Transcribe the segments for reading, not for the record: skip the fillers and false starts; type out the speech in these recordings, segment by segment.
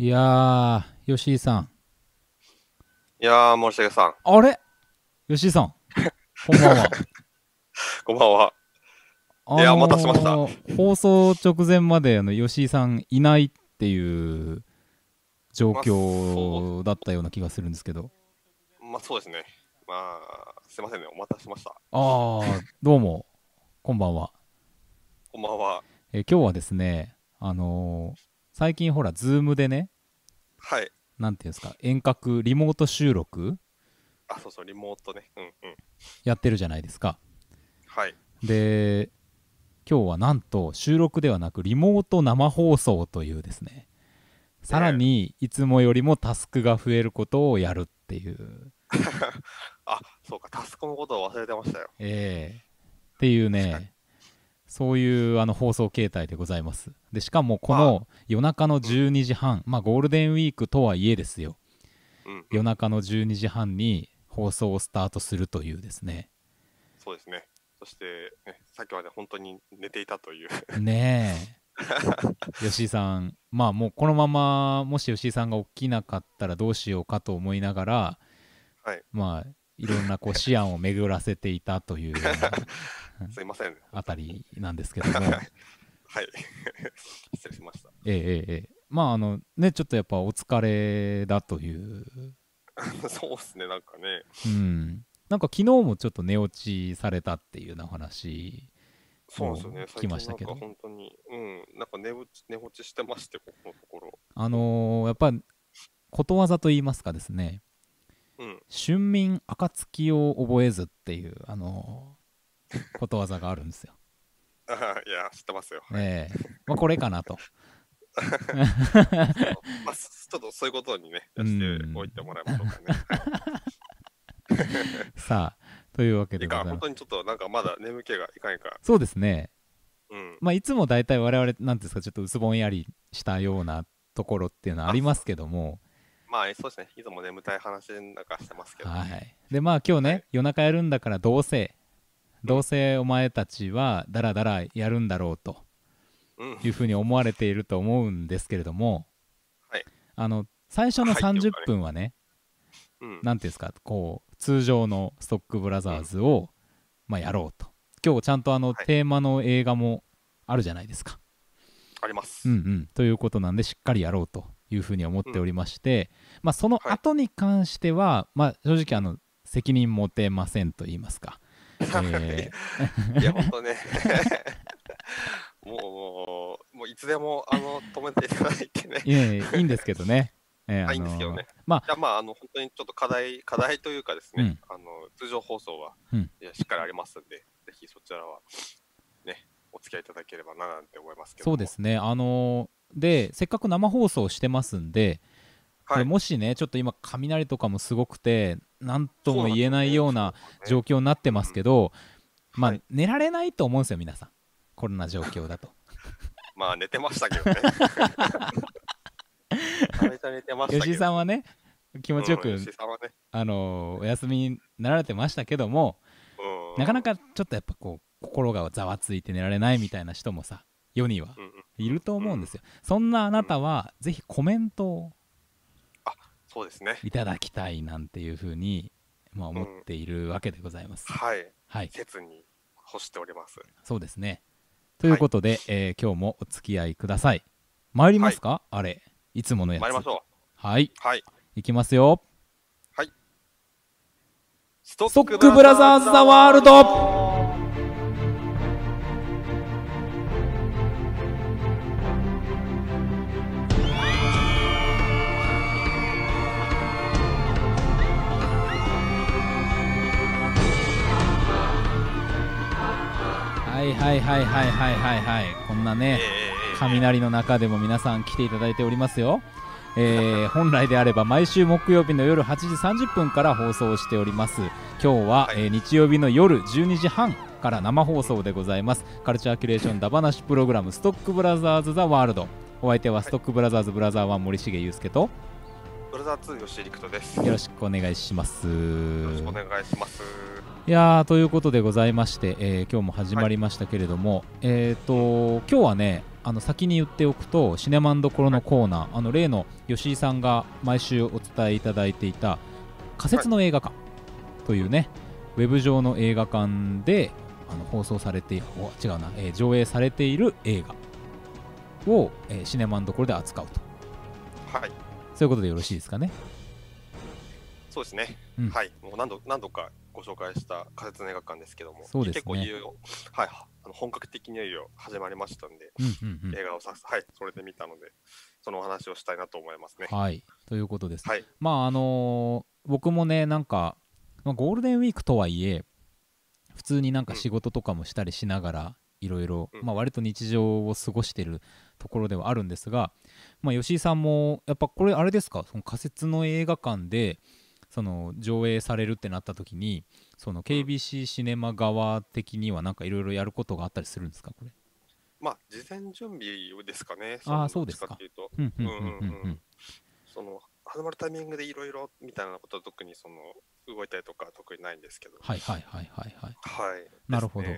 いやー、吉井さん。 いやー、森重さん、 あれ吉井さん、こんばんは。 こんばんは。いやー、お待たせしました。 放送直前まで吉井さんいないっていう状まあ、そ況だったような気がするんですけど。 そうですね。すいませんね、お待たせしました。 どうも、こんばんは。 こんばんは。 今日はですね、最近ほら、ズームでね、 はい。 なんていうんですか、遠隔、リモート収録そうそう、リモートね。うんうん。 やってるじゃないですか。 はい。 で、今日はなんと収録ではなくリモート生放送というですね、さらええにいつもよりもタスクが増えることをやるっていう、 そうか、タスクのことを忘れてましたよ。 っていう確かに。 ね、そういう放送形態でございます。でしかもこまあ、 の夜中のうん、 12時半、まあゴールデンウィークとはいえですよ、 うん、うん。 夜中の12時半に放送をスタートするというですね。 そうですね。そして、ね、さっきまで本当に寝ていたという。 ねえ、吉井さん、まあもうこのままもし吉井さんが起きなかったらどうしようかと思いながら、 はい。 まあいろんなこう思案を巡らせていたというようなすいませんね、本あた当に。 りなんですけども、 はい。失礼しました。 まあね、ちょっとやっぱお疲れだという、 そうっすね、なんかね。 うん、なんか昨日もちょっと寝落ちされたっていうような話をそうなんですよね。 聞き最近なんかましたけど、 本当に、なんか寝落ちしてまして、ここのところ。 やっぱことわざと言いますかですね、 うん。 春眠暁を覚えずっていうことわざがあるんですよ。 いや、知ってますよ。はい。 まあこれかなと。 ちょっとそういうことにね、 うしておいん。 てもらいましょうかね。はい。 さあ、というわけいいか、 でございます。 本当にちょっとなんかまだ眠気がいかんいか。 そうですね。 うん。 まあ、いつも大体我々、なんていうんですか、ちょっと薄ぼんやりしたようなところっていうのはありますけども、 そうですね。いつも眠たい話なんかしてますけど。 はい。で、まあ今日ね、 はい。 夜中やるんだからうん。 どうせお前たちはダラダラやるんだろうとうん。 いうふうに思われていると思うんですけれども、 はい。 最初の30 はいっていうかね。 分はね、 うん。 なんていうんですか、こう、通常のストックブラザーうん。 ズを、まあ、やろうと。今日ちゃんとはい。 テーマの映画もあるじゃないですか。 あります。 うんうん。ということなんで、しっかりやろうというふうに思っうん。 ておりまして、まあ、そのはい。 後に関しては、まあ、正直うん。 責任持てませんと言いますか。えいや、本当ね。もういつでも、止めていただいてね。 いいんですけどね。 いいんですけどね。 まあ、 じゃあ、本当にちょっと課題というかですね、 うん、 通常放送は、 うん。 いやしっかりありますんで、ぜひそちらはね、お付き合いいただければななんて思いますけども。 そうですね。で、せっかく生放送してますんで、これはい。 もしね、ちょっと今、雷とかもすごくて、なんとそうも言えないなんですよね。 ようなそうなんですよね。 状況になってますうん。 けど、まあ、 はい。 寝られないと思うんですよ、皆さん。こんな状況だと。 寝てましたけどね。めちゃめちゃ寝てました吉井けどね。 さんはね、気持ちよく、 吉井さんはね。 お休みになられてましたけども、なかなうんうん。 かちょっとやっぱこう、心がざわついて寝られないみたいな人もさ、世にはうんうんいるとうん。 思うんですよ。そんなあなうん。 たは、ぜひコメントをあ、そうですね。 いただきたいなんていうふうに、まあ、思っうん。 ているわけでございます。 はい。 はい、 切に欲しております。 そうですね。というはい。 ことで、今日もお付き合いください。参りまはい。 すかあれ、いつものやつ。 参りましょう。 はい、 はい。 いきますよ。 はい。ストッストックブクブララザーズ・ザーズ・ザ・ザ・ワールワールド。 ド。 はいはいはいはいはいはいはい。こんなね、雷の中でも皆さん来ていただいておりますよ。本来であれば毎週木曜日の夜8時30分から放送しております。今日は、 はい。 日曜日の夜12時半から生放送でございます。カルチャーキュレーションダバナシプログラムストックブラザーズ・ザ・ワールド。お相手はスはい。 トックブラザーズブラザー1森重裕介と、 ブラザー2吉井陸斗です。よよろしくお願いします。 ろしくお願いします。 いやーということでございまして、今日も始はい。 まりましたけれども、 うん。 今日はね、 先に言っておくとシネマンどころのコーナー、例の吉井さんが毎週お伝えいただいていた仮設の映画館というね、ウェブ上の映画館で放送されて上映されている映画を、シネマンどころで扱うと、 はい、 そういうことでよろしいですかね。 そうですね、はい、もう何度かご紹介した仮設の映画館ですけども、 そうですね、 結構いよいよ、はい、本格的にいよいよ始まりましたんで、映画をそれで見たので、そのお話をしたいなと思いますね。 はい、ということです。 はい、 僕もね、なんか、ゴールデンウィークとはいえ、普通になんか仕事とかもしたりしながら、いろいろ、割と日常を過ごしているところではあるんですが、吉井さんも、やっぱこれ、あれですか、その仮設の映画館で、上映されるってなった時にKBC シネマ側的にはなんかいろいろやることがあったりするんですか、これ。 事前準備ですかね。 そうですか。 始まるタイミングでいろいろみたいなことは特に動いたりとか特にないんですけど。 はい。なるほど。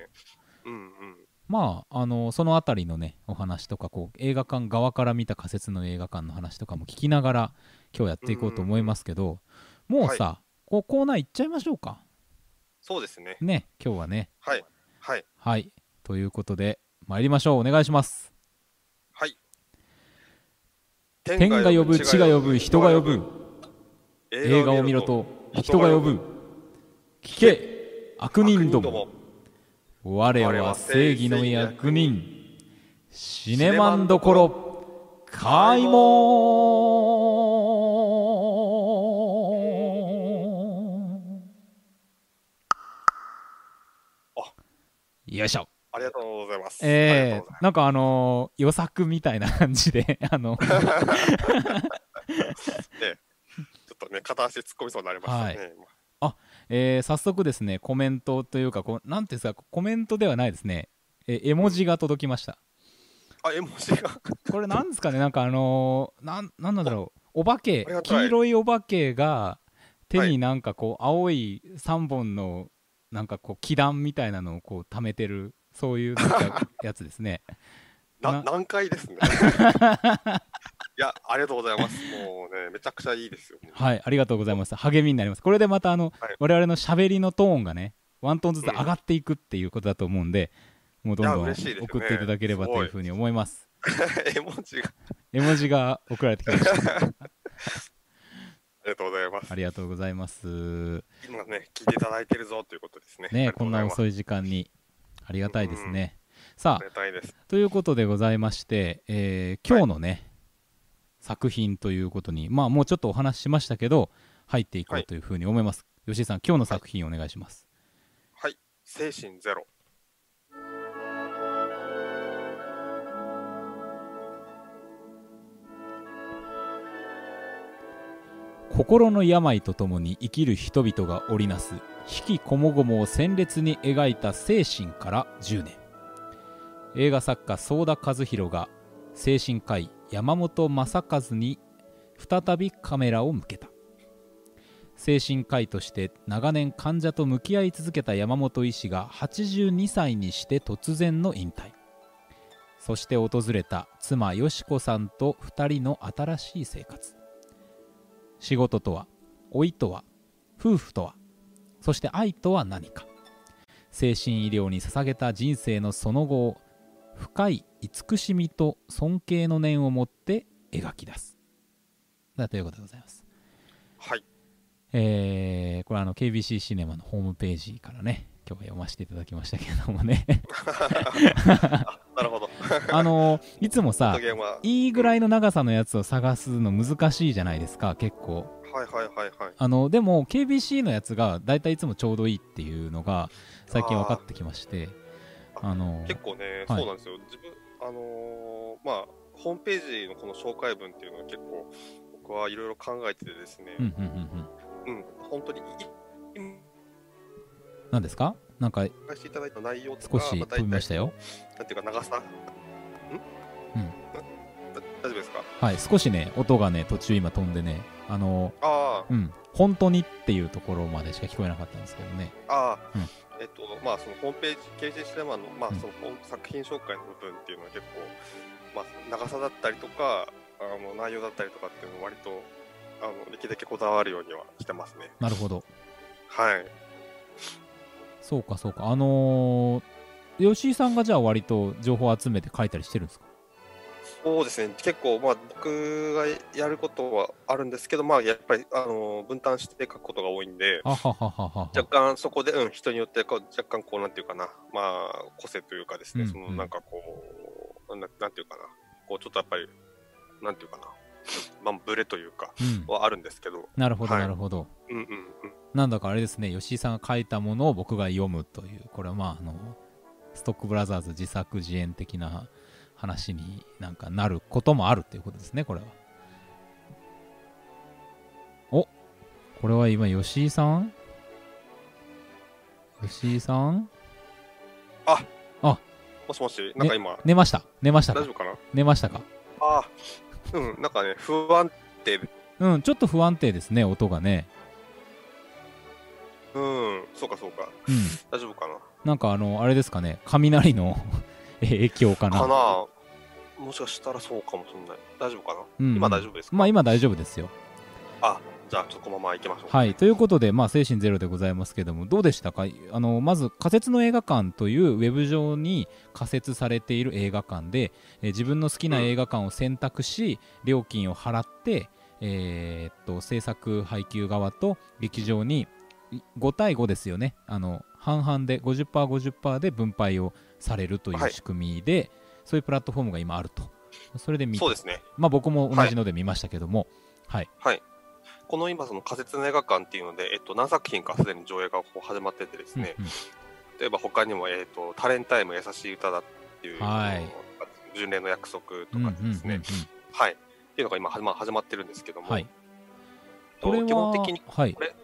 そのあたりのねお話とか映画館側から見た仮設の映画館の話とかも聞きながら今日やっていこうと思いますけど、もうさ、コーナー行っちゃいましょうか。 そうですね。 ね、今日はね。 はい。 ということで参りましょう。お願いします。 はい。 天が呼ぶ、地が呼ぶ、人が呼ぶ。映画を見ろと人が呼ぶ。聞け、悪人ども。我は正義の役人。シネマンどころ開門。よいしょ。 ありがとうございます。 なんか予作みたいな感じでちょっとね片足突っ込みそうになりましたね。早速ですねコメントというかなんていうんですか、コメントではないですね、絵文字が届きました。 絵文字がこれなんですかね、なんかなんだろう、お化け、黄色いお化けが手になんか青い3本のなんか気団みたいなのを貯めてる、そういうなんかやつですね。 難解ですね。いや、ありがとうございます。もうね、めちゃくちゃいいですよ。 はい、ありがとうございます。励みになります。これでまた我々の喋りのトーンがね、ワントーンずつ上がっていくっていうことだと思うんで、もうどんどん送っていただければというふうに思います。絵文字が送られてきました。 ありがとうございます。 ありがとうございます。 今ね、聞いていただいてるぞということですね。 ね、こんな遅い時間にありがたいですね。さあ、ということでございまして、今日のね、作品ということに、もうちょっとお話ししましたけど、入っていこうというふうに思います。吉井さん、今日の作品お願いします。 はい、精神ゼロ。 心の病とともに生きる人々が織りなす悲喜こもごもを鮮烈に描いた精神から10年。映画作家早田和弘が精神科医山本昌和に再びカメラを向けた。精神科医として長年患者と向き合い続けた山本医師が82歳にして突然の引退。そして訪れた妻よし子さんと2人の新しい生活。仕事とは、老いとは、夫婦とは、そして愛とは何か。精神医療に捧げた人生のその後を深い慈しみと尊敬の念を持って描き出す。ということでございます。 はい。 これKBC シネマのホームページからね、今日は読ませていただきましたけれどもね。 なるほど。 いつもさ、いいぐらいの長さのやつを探すの難しいじゃないですか、結構。でも KBC のやつがだいたいいつもちょうどいいっていうのが最近分かってきまして、 結構ね、そうなんですよ。自分ホームページのこの紹介文っていうのは結構僕はいろいろ考えててですね、本当に何ですか？なんかしていただいた内容とか少し飛びましたよ。 なんていうか長さ、大丈夫ですか？ はい、少しね音がね途中今飛んでね、本当にっていうところまでしか聞こえなかったんですけどね。 まあ、そのホームページ、KG シネマの、まあ、その作品紹介の部分っていうのは結構、まあ、長さだったりとか、内容だったりとかっていうのを割と、できるだけこだわるようにはしてますね。 なるほど。 はい。 そうかそうか。吉井さんがじゃあ割と情報を集めて書いたりしてるんですか？ そうですね、結構、まあ、僕がやることはあるんですけど、まあ、やっぱり、分担して書くことが多いんで、若干そこで、人によって若干こう、なんていうかな、まあ、個性というかですね、そのなんかこう、なんていうかな、こう、ちょっとやっぱり、なんていうかな、まあ、ブレというか、はあるんですけど。 なるほど、なるほど。なんだかあれですね、吉井さんが書いたものを僕が読むという、これはまあ、ストックブラザーズ自作自演的な話になんかなることもあるっていうことですね、これは。お、これは今吉井さんもしもし、なんか今、 寝ましたか？ 大丈夫かな？ 寝ましたか？ なんかね、不安定。 ちょっと不安定ですね、音がね。 そうか。大丈夫かな？ なんかあれですかね、雷の影響かな？ もしかしたらそうかもしれない。大丈夫かな？今大丈夫ですか？ まあ今大丈夫ですよ。 じゃあちょっとこのまま行きましょう。 はい、ということで、まあ、精神ゼロでございますけども、どうでしたか？まず仮設の映画館というウェブ上に仮設されている映画館で、自分の好きな映画館を選択し、料金を払って、制作配給側と劇場に5対5ですよね、半々で 50%50% で分配をされるという仕組みで、そういうプラットフォームが今あると。それで見て、 そうですね。 まあ、僕も同じので見ましたけども、はい。 この今、その仮設の映画館っていうので、何作品かすでに上映がこう始まっててですね、例えば他にも、タレンタイム優しい歌だっていう、巡礼の約束とかですね、っていうのが今始まってるんですけども、 これは基本的にこ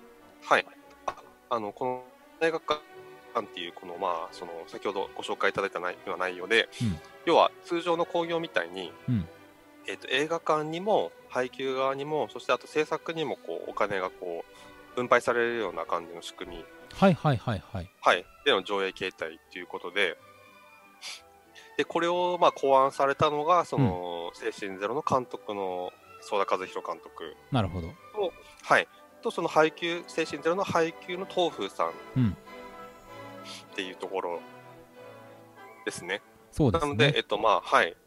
の映画館っていうこの、まあ、その先ほどご紹介いただいた内容で、要は通常の興行みたいに、映画館にも配給側にも、そしてあと制作にもこうお金がこう分配されるような感じの仕組み、での上映形態ということで、これをまあ考案されたのがその、精神ゼロの監督の曽田和弘監督。 なるほど。 とその配給、精神ゼロの配給の東風さんっていうところですね。 そうですね。 なので、まあ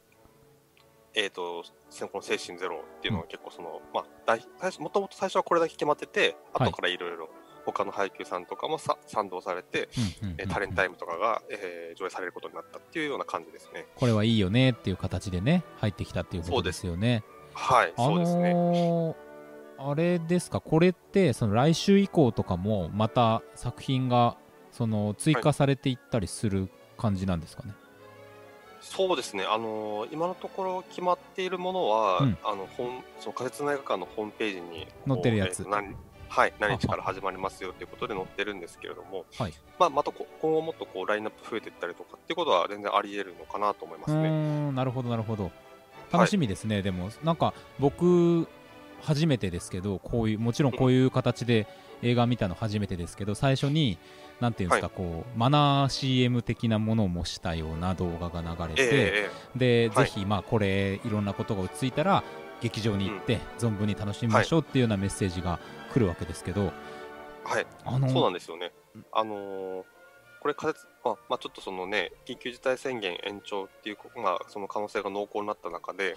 この精神ゼロっていうのは結構その、まあ、もともと最初はこれだけ決まってて、後からいろいろ他の配給さんとかも賛同されて、タレンタイムとかが、上映されることになったっていうような感じですね。 これはいいよねっていう形でね、入ってきたっていうことですよね。 そうですね。 あれですか、これってその来週以降とかもまた作品がその追加されていったりする感じなんですかね？ そうですね、今のところ決まっているものは、その仮設の映画館のホームページに載ってるやつ、 何日から始まりますよということで載ってるんですけれども、また今後もっとこうラインナップ増えていったりとかっていうことは全然あり得るのかなと思いますね。 なるほどなるほど、楽しみですね。でもなんか僕初めてですけど、もちろんこういう形で映画見たの初めてですけど、最初になんていうんですか、こうマナー CM 的なものを模したような動画が流れて、で、ぜひまあこれいろんなことが落ち着いたら劇場に行って存分に楽しみましょうっていうようなメッセージが来るわけですけど、 そうなんですよね。これ仮設、まあちょっとそのね、緊急事態宣言延長っていう、まあその可能性が濃厚になった中で、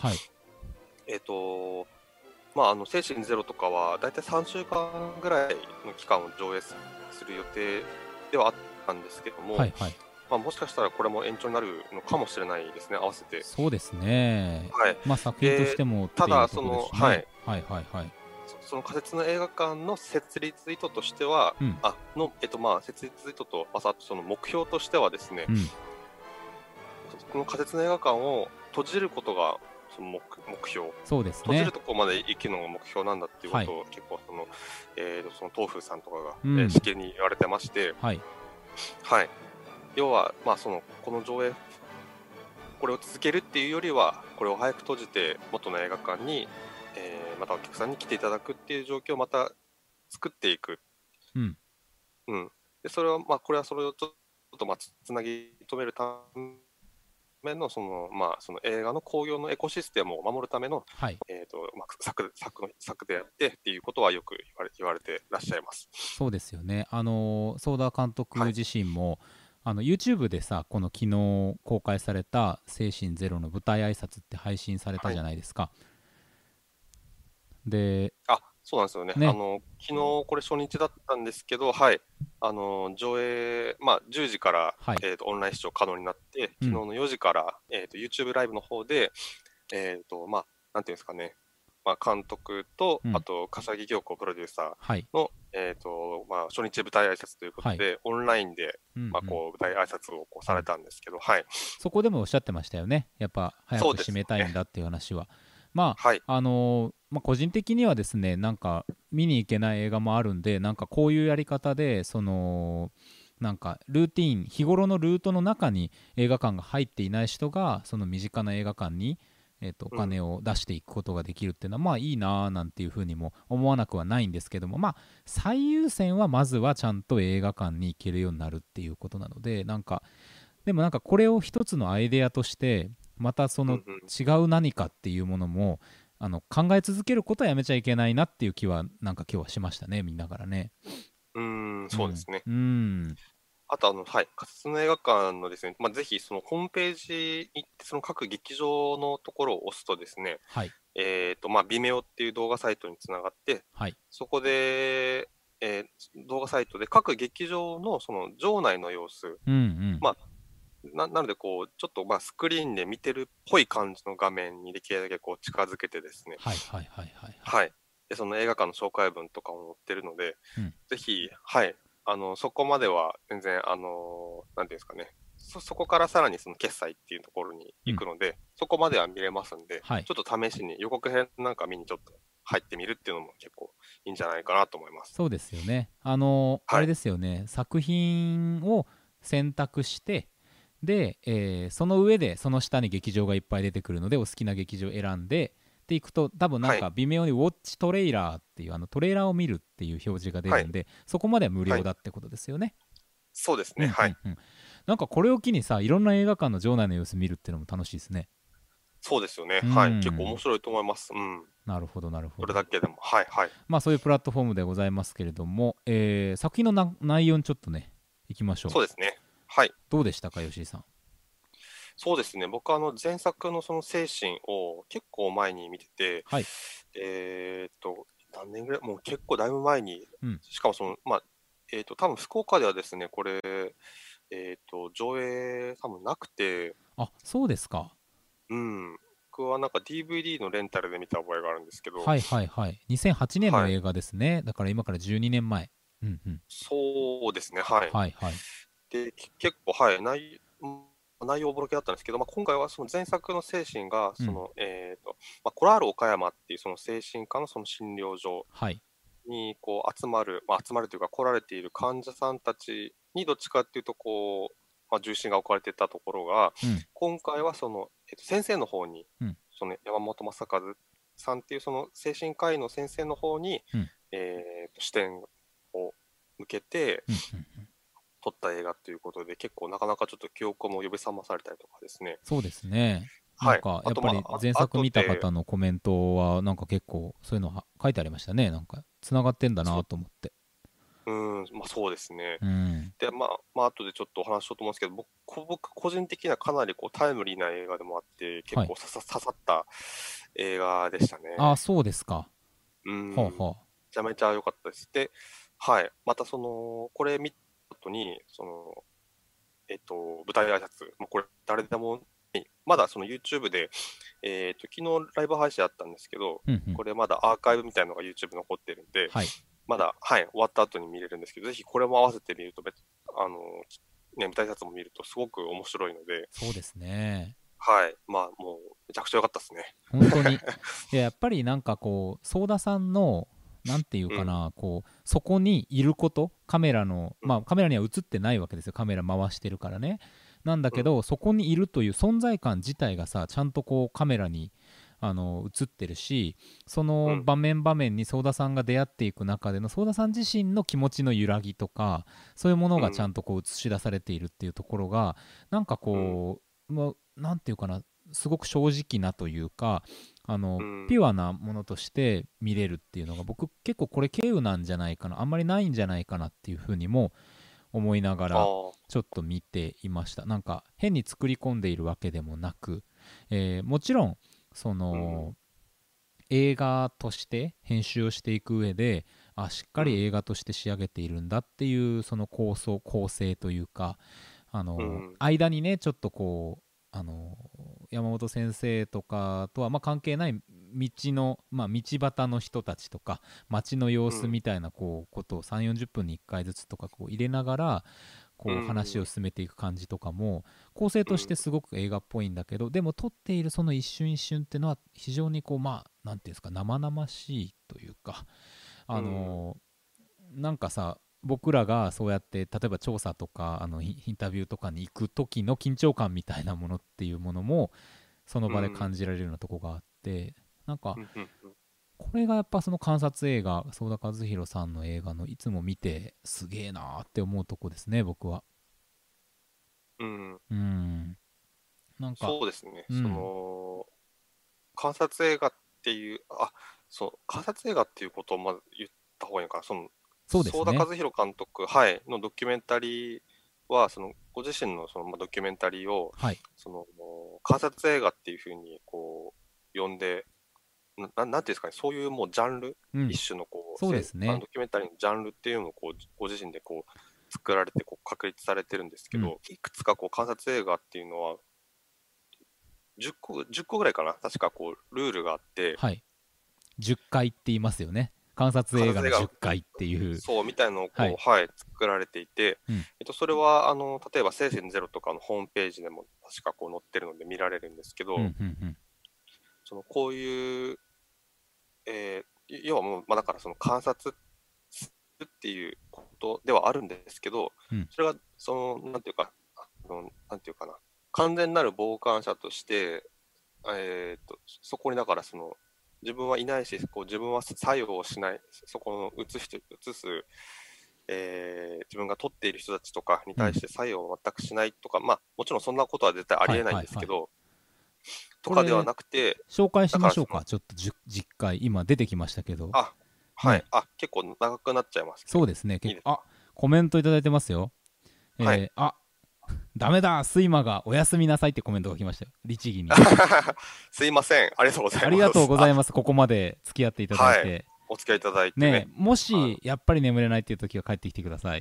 まあ精神ゼロとかはだいたい3週間ぐらいの期間を上映する予定ではあったんですけども、もしかしたらこれも延長になるのかもしれないですね、合わせて。 そうですね。まあ作品としてもただそのその仮設の映画館の設立意図としては、設立意図とあとその目標としてはですね、この仮設の映画館を閉じることがその目標、 そうですね、 閉じるところまで行くのが目標なんだっていうことを、結構その東風さんとかが、しきりに言われてまして、要は、まあ、この上映、これを続けるっていうよりは、これを早く閉じて元の映画館に、またお客さんに来ていただくっていう状況をまた作っていく、 でそれは、まあ、これはそれをちょっと、まあ、つなぎ止めるための、まあ、その映画の興行のエコシステムを守るための、 はい。 まあ、策であってっていうことはよく言われてらっしゃいます。 そうですよね。ソーダ監督はい。 自身も、YouTube でさ、この昨日公開された精神ゼロの舞台挨拶って配信されたじはい。 ゃないですか。で、 あ、そうなんですよね。 ね、 昨日これ初日だったんですけど、はい。上映、まあ、10時から、 はい。 オンライン視聴可能になって、 うん。 昨日の4時から、YouTube ライブの方で、まあ、なんていうんですかね、まあ、監督と、 うん。 あと、笠木京子プロデューサはい。 ーの、まあ、初日舞台挨拶ということはい。 で、オンラインで、まあ、 うんうん。 こう、舞台挨拶をこうされうん。 たんですけど、はい。 そこでもおっしゃってましたよね。やっぱ早そうでく締めすよね。 たいんだっていう話は。まはい。 あ、まあ、個人的にはですね、なんか見に行けない映画もあるんで、なんかこういうやり方で、なんかルーティーン、日頃のルートの中に映画館が入っていない人が、その身近な映画館に、おうん。 金を出していくことができるっていうのは、まあいいなぁなんていうふうにも思わなくはないんですけども、まあ、最優先はまずはちゃんと映画館に行けるようになるっていうことなので、なんか、でもなんかこれを一つのアイデアとしてまたそのうんうん。 違う何かっていうものも考え続けることはやめちゃいけないなっていう気はなんか今日はしましたね、見ながらね。うんそうですね。 うんあとはい、仮設の映画館のですね、まあ、ぜひそのホームページに行って、その各劇場のところを押すとですね、 はいまあ、Vimeo っていう動画サイトにつながって、 はいそこで、動画サイトで各劇場のその場内の様子、 うんうんまあ、なのでこう、ちょっとまあスクリーンで見てるっぽい感じの画面にできるだけこう近づけてですね、 はいはいはいはいはい。 はい。で、その映画館の紹介文とかも載ってるので、 うんぜひ、はい、そこまでは全然、なんていうんですかね、そこからさらにその決済っていうところにうん行くので、そこまでは見れますんで、 はい。 ちょっと試しに予告編なんか見にちょっと入ってみるっていうのも結構いいんじゃないかなと思います。 そうですよね。あはい。 れですよね、作品を選択してで、その上でその下に劇場がいっぱい出てくるのでお好きな劇場を選んでっていくと多分なんはい。 か微妙にウォッチトレーラーっていうトレーラーを見るっていう表示が出はい。 るんでそこまでは無はい。 料だってことですよね。 そうですね。 うんはい。 うんうん。なんかこれを機にさいろんな映画館の場内の様子見るっていうのも楽しいですね。 そうですよね。 うはい。結構面ん。 白いと思います。うん。 なるほどなるほそれど。 だけでも。はい。はい。 まあそういうプラットフォームでございますけれども、作品の内容にちょっとねいきましょう。 そうですね。はい。 どうでしたか吉井さん。 そうですね。僕は前作のその精神を結構前に見てて、 はい。 何年ぐらい、もう結構だいぶ前に、 うん。 しかもまあ、多分福岡ではですね、これ、上映多分なくて、 あ、そうですか。 うん、僕はなんか DVD のレンタルで見た覚えがあるんですけど、 はいはいはい。2008年のはい。 映画ですね。だから今から12年前。うんうん。 そうですね、はい。 はいはい。 で、結構、はい、内容おぼろけだったんですけど、まあ、今回はその前作の精神が、 うん。 まあ、コラール岡山っていうその精神科のその診療所はい。 にこう集まるというか来られている患者さんたちにどっちかっていうとこう、まあ、重心が置かれていたところが、 うん。 今回はその、先生の方に、 うん。 その山本正和さんっていうその精神科医の先生の方に、 うん。 視点を向けてうん。うん。 撮った映画ということで、結構なかなかちょっと記憶も呼び覚まされたりとかですね。 そうですね。なんはい。 かやっあと、まあ、 ぱり前作見た後で、 方のコメントはなんか結構そういうの書いてありましたね。なんかつながってんだなと思って。 まあそうですね。 うん。 で、まあ後でちょっとお話ししようと思うんですけど、僕個人的にはかなりこうタイムリーな映画でもあって、結はい。 構刺さった映画でしたね。 あ、そうですか。 めはあはあ。 ちゃめちゃ良かったです。で、はい。またこれ見た後に、舞台挨拶、もうこれ誰でも、まだその YouTube で、昨日ライブ配信あったんですけど、 うんうん。 これまだアーカイブみたいなのが YouTube 残ってるんで、 はい。 まだ、はい、終わった後に見れるんですけど、ぜひこれも合わせてみると、舞台挨拶も見るとすごく面白いので、 そうですね。 はい、まあもうめちゃくちゃ良かったですね。 本当に。いや、やっぱりなんかこう、ソーダさんの、なんていううん、 かな、こう、そこにいること、カメラの、 うん、 まあカメラには映ってないわけですよ。カメラ回してるからね。なんだうん、 けど、そこにいるという存在感自体がさ、ちゃんとこうカメラに映ってるし、その場面場面にソーダさんが出会っていく中でのソーダさん自身の気持ちの揺らぎとか、そういうものがちゃんとこう映し出されているっていうところが、なんかこう、なんていうかな、すごく正直なというか、ピュアなものとして見れるっていうのが、僕結構これ経由なんじゃないかな、あんまりないんじゃないかなっていうふうにも思いながらちょっと見ていました。なんか変に作り込んでいるわけでもなく、もちろんその、映画として編集をしていく上で、しっかり映画として仕上げているんだっていうその構成というか、間にねちょっとこう山本先生とかとは関係ない道の、道端の人たちとか街の様子みたいなことを3、40分に1回ずつとか入れながら話を進めていく感じとかも構成としてすごく映画っぽいんだけど、でも撮っているその一瞬一瞬っていうのは非常になんていうんですか、生々しいというか、なんかさ、僕らがそうやって例えば調査とかインタビューとかに行く時の緊張感みたいなものっていうものもその場で感じられるようなとこがあって、なんかこれがやっぱその観察映画、相田和弘さんの映画のいつも見てすげえなーって思うとこですね、僕は。 なんかそうですね、その観察映画っていう観察映画っていうことをまず言った方がいいのかな。そうですね、相田和弘監督、のドキュメンタリーはそのご自身のドキュメンタリーを、その観察映画っていうふうに呼んで、なんていうんですかね、そういうもうジャンル、一種のそうですね、 ドキュメンタリーのジャンルっていうのをご自身で作られて確立されてるんですけど、いくつか観察映画っていうのは10個ぐらいかな、確かルールがあって、 10回って言いますよね。観察映画の10回っていう。 そうみたいのを作られていて、それは例えば聖戦ゼロとかのホームページでも確か載ってるので見られるんですけど、こういう、要はもう、だからその観察するっていうことではあるんですけど、それがなんていうかな、完全なる傍観者として、そこにだから自分はいないし、自分は作用をしない、そこの映す、自分が撮っている人たちとかに対して作用を全くしないとか、もちろんそんなことは絶対ありえないんですけど、とかではなくて、 紹介しましょうか、ちょっと10回、今出てきましたけど。 結構長くなっちゃいますけど。 そうですね、結構。コメントいただいてますよ。ダメだ、睡魔がおやすみなさいってコメントが来ましたよ、律儀に。 すいません、ありがとうございます。 ありがとうございます。ここまで付き合っていただいて。 お付き合いいただいてね。 もし、やっぱり眠れないっていう時は帰ってきてください。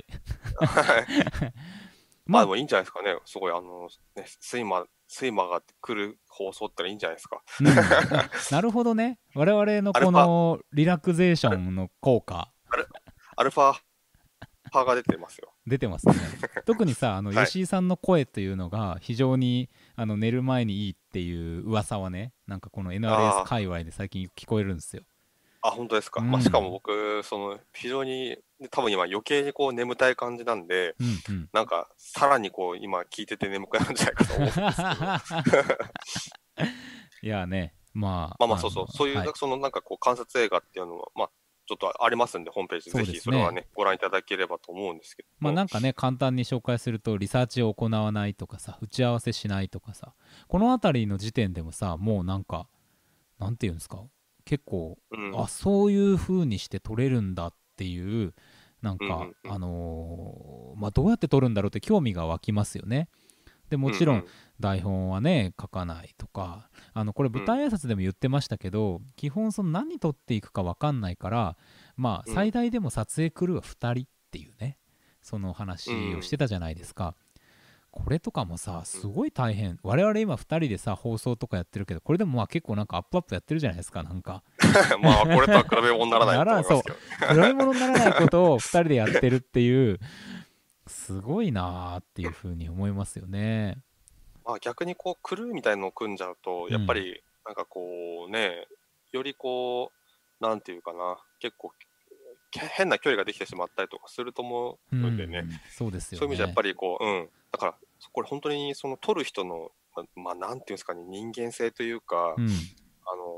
でもいいんじゃないですかね。すごい、睡魔が来る放送っていいんじゃないですか。 なるほどね。我々のこのリラクゼーションの効果。 アルファパーが出てますよ。 出てますね。特にさ、吉井さんの声というのが非常に寝る前にいいっていう噂はね、なんかこの NRS 界隈で最近聞こえるんですよ。 本当ですか。しかも僕非常に多分今余計に眠たい感じなんで、なんかさらに今聞いてて眠くなるんじゃないかと思うんですけど。 いやね、 そういうなんか観察映画っていうのはちょっとありますんで、ホームページ、ぜひそれはね、ご覧いただければと思うんですけど。 なんかね、簡単に紹介すると、リサーチを行わないとかさ、打ち合わせしないとかさ、この辺りの時点でもさ、もうなんか、なんていうんですか、結構、そういう風にして撮れるんだっていう、なんか、どうやって撮るんだろうって興味が湧きますよね。でもちろん台本はね書かないとか、これ舞台挨拶でも言ってましたけど、基本何撮っていくか分かんないから、最大でも撮影クルーは2人っていうね、その話をしてたじゃないですか。これとかもさ、すごい大変。我々今2人でさ放送とかやってるけど、これでも結構なんかアップやってるじゃないですか、なんかこれとは比べ物にならないと思いますけど比べ物にならないことを2人でやってるっていうすごいなーっていうふうに思いますよね。 逆にクルーみたいのを組んじゃうと、やっぱりなんかよりなんていうかな、結構変な距離ができてしまったりとかすると思うのでね、 そうですよね。 そういう意味じゃやっぱりだからこれ本当に撮る人のなんていうんですかね、人間性というか、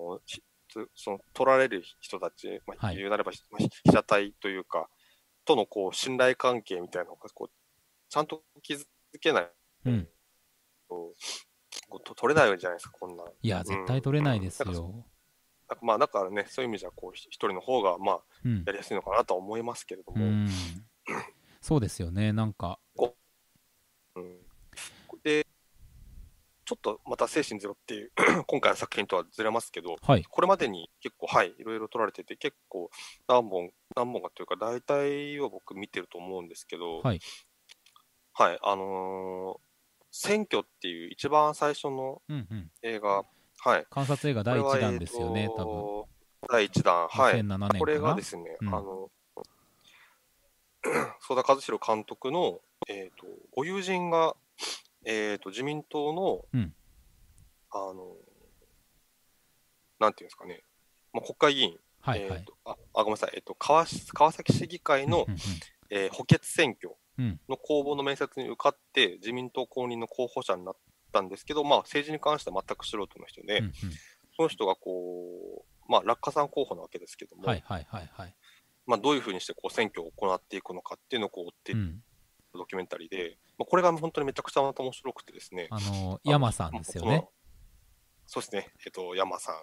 その取られる人たち、言うなれば、被写体というか、とのこう信頼関係みたいなのがこうちゃんと築けない、取れないじゃないですか、こんな。 いや、絶対取れないですよ。 だからね、そういう意味じゃこう一人の方がやりやすいのかなとは思いますけれども。 そうですよね、なんか。 で、ちょっとまた精神ゼロっていう今回の作品とはずれますけど、これまでに結構いろいろ撮られてて、結構何本かというか大体は僕見てると思うんですけど、選挙っていう一番最初の映画、 観察映画第1弾ですよね、多分。 第1弾、 2007年かな。 これがですね、曽田和弘監督の、ご友人が、自民党の、なんていうんですかね、国会議員、ごめんなさい、川崎市議会の補欠選挙の公募の面接に受かって、自民党公認の候補者になったんですけど、政治に関しては全く素人の人で、その人がこう、落下さん候補なわけですけども、どういうふうにしてこう選挙を行っていくのかっていうのをこう追っていくドキュメンタリーで、これが本当にめちゃくちゃまた面白くてですね。 山さんですよね。 そうですね、山さん。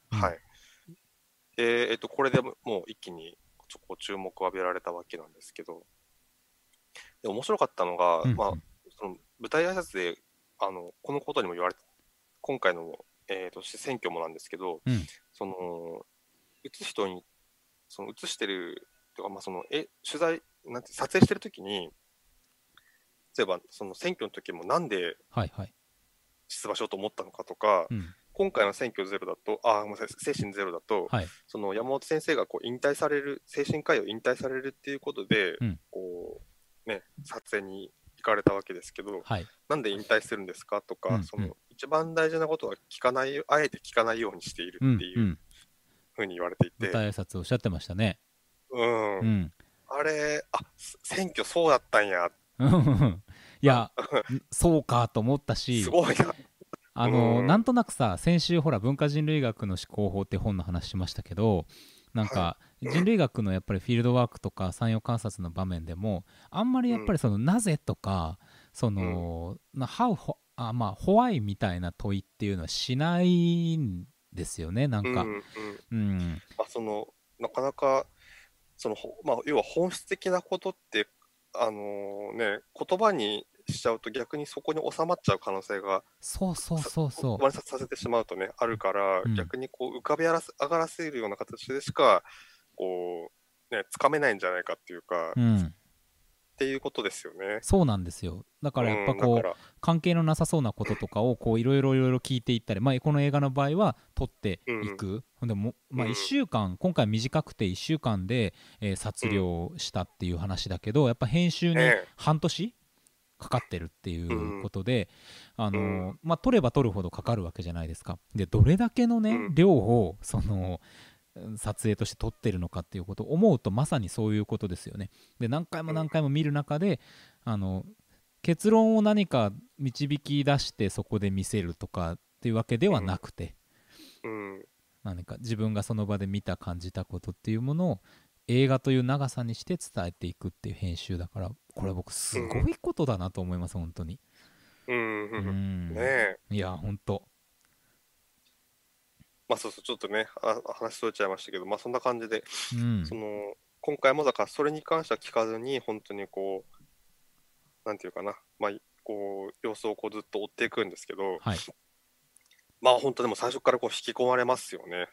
これでもう一気に注目を浴びられたわけなんですけど、で面白かったのが、その舞台挨拶でこのことにも言われて、今回の、選挙もなんですけど、その映す人に映してるとか、取材撮影してるときに、例えばその選挙の時もなんで出馬しようと思ったのかとか、今回の選挙ゼロだと、ごめんなさい、精神ゼロだと、その山本先生がこう引退される、精神科医を引退されるっていうことで、こうね、撮影に行かれたわけですけど、なんで引退するんですかとか、その一番大事なことはあえて聞かないようにしているっていうふうに言われていて、 舞台挨拶をおっしゃってましたね。 あれ、選挙そうだったんや。 いや、そうかと思ったし、 すごいな。 なんとなくさ、先週ほら文化人類学の思考法って本の話しましたけど、なんか人類学のやっぱりフィールドワークとか産業観察の場面でもあんまりやっぱりそのなぜとかそのホワイみたいな問いっていうのはしないんですよね、なんか。 そのなかなかその要は本質的なことって言葉にしちゃうと逆にそこに収まっちゃう可能性がさせてしまうとねあるから、逆にこう浮かび上がらせるような形でしかこうつかめないんじゃないかっていうか、っていうことですよね。 そうなんですよ。だからやっぱこう、関係のなさそうなこととかをこういろいろ聞いていったり、この映画の場合は撮っていく。でも1週間、今回短くて1週間で、撮影したっていう話だけど、やっぱ編集に半年かかってるっていうことで、撮れば撮るほどかかるわけじゃないですか。でどれだけのね、量をその撮影として撮ってるのかっていうことを思うと、まさにそういうことですよね。で何回も見る中で結論を何か導き出してそこで見せるとかっていうわけではなくて、何か自分がその場で見た感じたことっていうものを映画という長さにして伝えていくっていう編集だから、これ僕すごいことだなと思います、本当に。いや本当そうちょっとね話それちゃいましたけど、そんな感じで、その今回もだからそれに関しては聞かずに本当にこうなんていうかな、こう様子をこうずっと追っていくんですけど、本当でも最初からこう引き込まれますよね。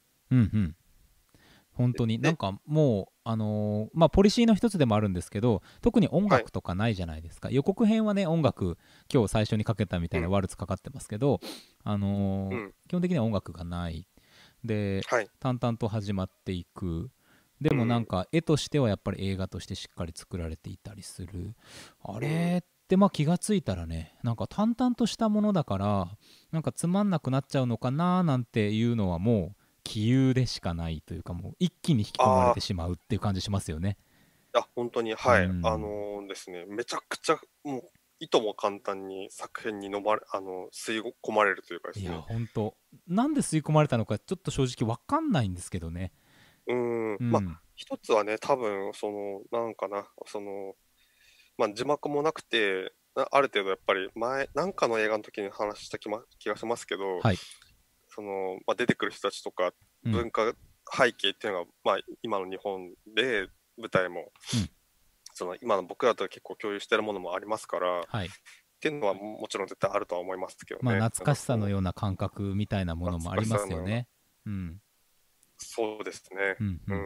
本当になんかもうポリシーの一つでもあるんですけど、特に音楽とかないじゃないですか。予告編はね、音楽今日最初にかけたみたいなワルツかかってますけど、基本的には音楽がないで、淡々と始まっていく。でもなんか絵としてはやっぱり映画としてしっかり作られていたりする。あれって気がついたらね、なんか淡々としたものだからなんかつまんなくなっちゃうのかななんていうのはもう杞憂でしかないというか、もう一気に引き込まれてしまうっていう感じしますよね。 本当にですね、めちゃくちゃもういとも簡単に作品に吸い込まれるというかですね。 いや本当なんで吸い込まれたのかちょっと正直わかんないんですけどね。 まあ一つはね、多分なんかな、まあ字幕もなくて、ある程度やっぱりなんかの映画の時に話した気がしますけど、 はい、 まあ、出てくる人たちとか文化背景っていうのが、まあ、今の日本で舞台も、今の僕らと結構共有してるものもありますから、 はい、 っていうのはもちろん絶対あるとは思いますけどね。 まあ懐かしさのような感覚みたいなものもありますよね。 そうですね。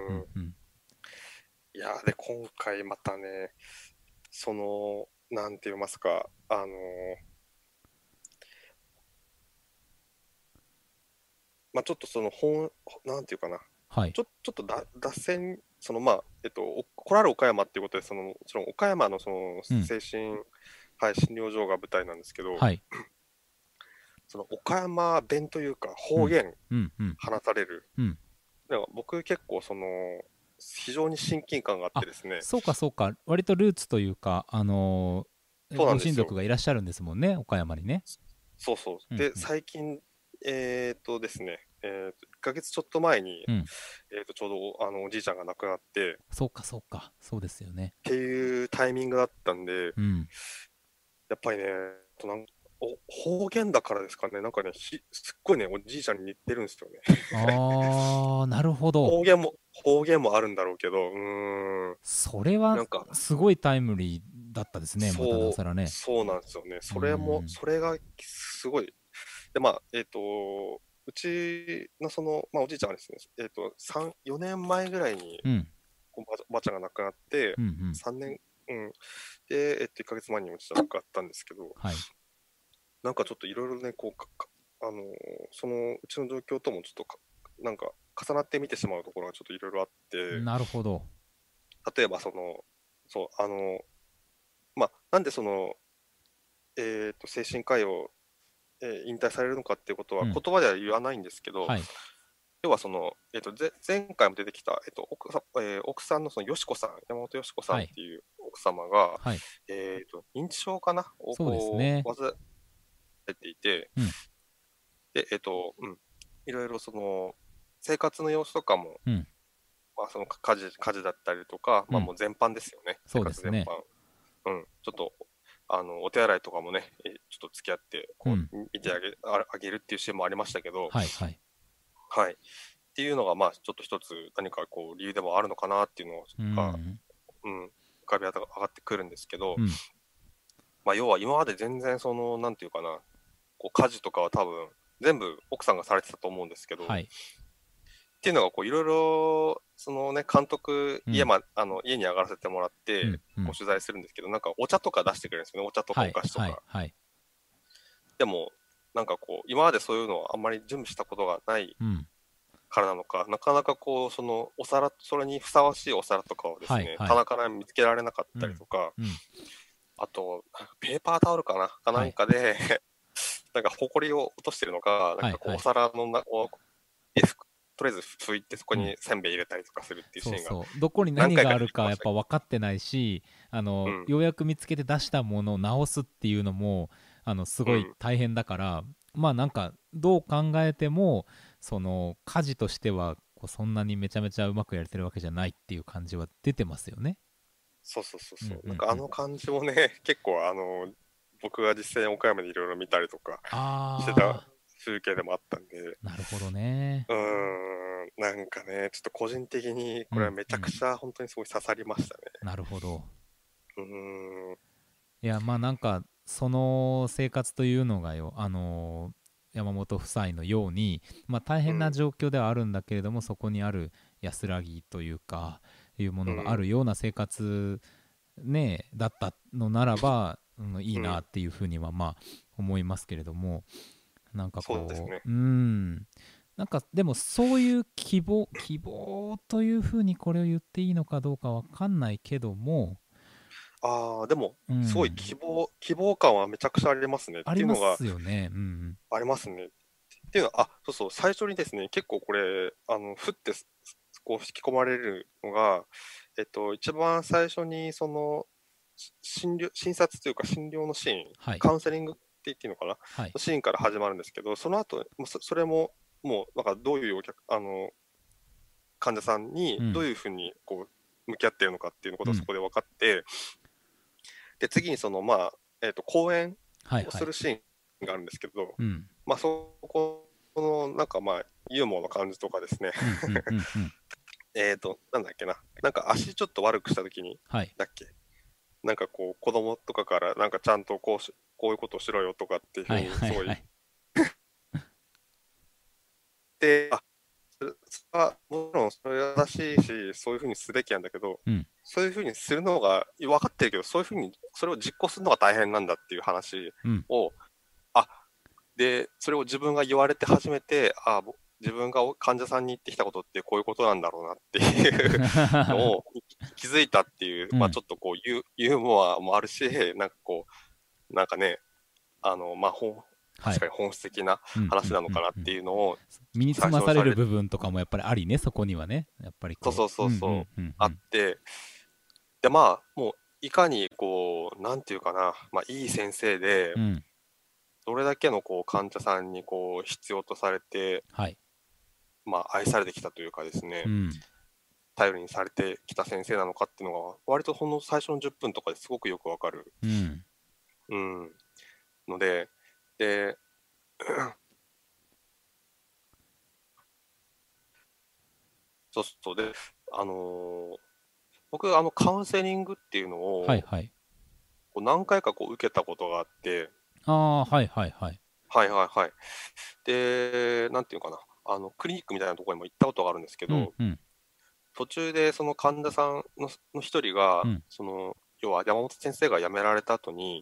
いやで今回またね、なんて言いますか、まあ、ちょっとなんていうかな、 はい、 ちょっと脱線、まあ、コラル岡山っていうことで、もちろん岡山の精神、はい、診療所が舞台なんですけど、 はい、 岡山弁というか方言、話される、だから僕結構非常に親近感があってですね。 そうかそうか、割とルーツというか、ご親族がいらっしゃるんですもんね、岡山にね。 そうそう。で、最近、ですね、1ヶ月ちょっと前に、ちょうどおじいちゃんが亡くなって、 そうかそうか、そうですよね。 っていうタイミングだったんで、やっぱりね、方言だからですかね、なんかね、すっごいね、おじいちゃんに似てるんですよね。 ああ、なるほど。 方言もあるんだろうけど、 それはすごいタイムリーだったですね、またなおさらね。 そうなんですよね。それがすごい。で、まあ、うちのまあ、おじいちゃんはですね、4年前ぐらいに、おばあちゃんが亡くなって、3年、で、1ヶ月前におじいちゃんが亡くなったんですけど、なんかちょっといろいろね、うちの状況ともちょっとなんか重なって見てしまうところがちょっといろいろあって、 なるほど。 例えばまあ、なんで精神科医を、引退されるのかっていうことは言葉では言わないんですけど、要は前回も出てきた、奥さんのよしこさん、山本よしこさんっていう奥様が、認知症かなを患っていて、で、いろいろ生活の様子とかも、まあ、家事だったりとか、まあもう全般ですよね、生活全般。ちょっとお手洗いとかもね、ちょっと付き合って見てあげるっていうシーンもありましたけど、はいっていうのがまあちょっと一つ何か理由でもあるのかなっていうのが、浮かび上がってくるんですけど、まあ要は今まで全然なんていうかな、家事とかは多分全部奥さんがされてたと思うんですけど、っていうのがいろいろ監督家に上がらせてもらって取材するんですけど、なんかお茶とか出してくれるんですよね、お茶とかお菓子とか。でもなんか今までそういうのはあんまり準備したことがないからなのか、なかなかお皿、それにふさわしいお皿とかをですね、棚から見つけられなかったりとか、あとペーパータオルかなんかでなんか埃を落としてるのか、なんかお皿のとりあえず拭いてそこにせんべい入れたりとかするっていうシーンが、 どこに何があるかやっぱ分かってないし、ようやく見つけて出したものを直すっていうのもすごい大変だから、まあなんかどう考えても家事としてはそんなにめちゃめちゃうまくやれてるわけじゃないっていう感じは出てますよね。 そう。なんか感じもね、結構僕が実際に岡山でいろいろ見たりとかしてた風景でもあったんで。 なるほどね。 なんかね、ちょっと個人的にこれはめちゃくちゃ本当にすごい刺さりましたね。 なるほど。いやまあなんかその生活というのがよ、山本夫妻のように、まあ、大変な状況ではあるんだけれども、そこにある安らぎというかいうものがあるような生活、ね、だったのならば、いいなっていうふうにはまあ思いますけれども、なんかなんかでもそういう希望というふうにこれを言っていいのかどうかわかんないけども、 でもすごい希望感はめちゃくちゃありますね。 ありますよね。 ありますね。っていうのは、そう、最初にですね、結構これ、ふって引き込まれるのが、一番最初に診察というか診療のシーン、 はい、 カウンセリングって言っていいのかな、 はい、 シーンから始まるんですけど、その後それももうなんかどういう患者さんにどういうふうにこう向き合っているのかっていうことがそこで分かって、で次にその講演をするシーンがあるんですけど、そこのなんかユーモアの感じとかですねなんだっけな、なんか足ちょっと悪くした時に、だっけ、なんかこう子供とかからなんかちゃんとこういうことをしろよとかっていうふうにすごいで、それはもちろんそれは正しいし、そういうふうにすべきなんだけど、そういうふうにするのが分かってるけど、そういうふうにそれを実行するのが大変なんだっていう話を、でそれを自分が言われて初めて、自分が患者さんに言ってきたことってこういうことなんだろうなっていうのを気づいたっていう、ちょっとこうユーモアもあるし、なんかこうなんかね、確かに本質的な話なのかなっていうのを、 身につまされる部分とかもやっぱりありね、そこにはね、やっぱりそうあって、でもういかにこうなんていうかな、いい先生で、どれだけのこう患者さんにこう必要とされて、愛されてきたというかですね、頼りにされてきた先生なのかっていうのが割とほんの最初の10分とかですごくよくわかる、のでそうで、僕カウンセリングっていうのを、こう何回かこう受けたことがあって、で、なんていうかな、クリニックみたいなところにも行ったことがあるんですけど、途中でその患者さんの一人が、その要は山本先生が辞められた後に、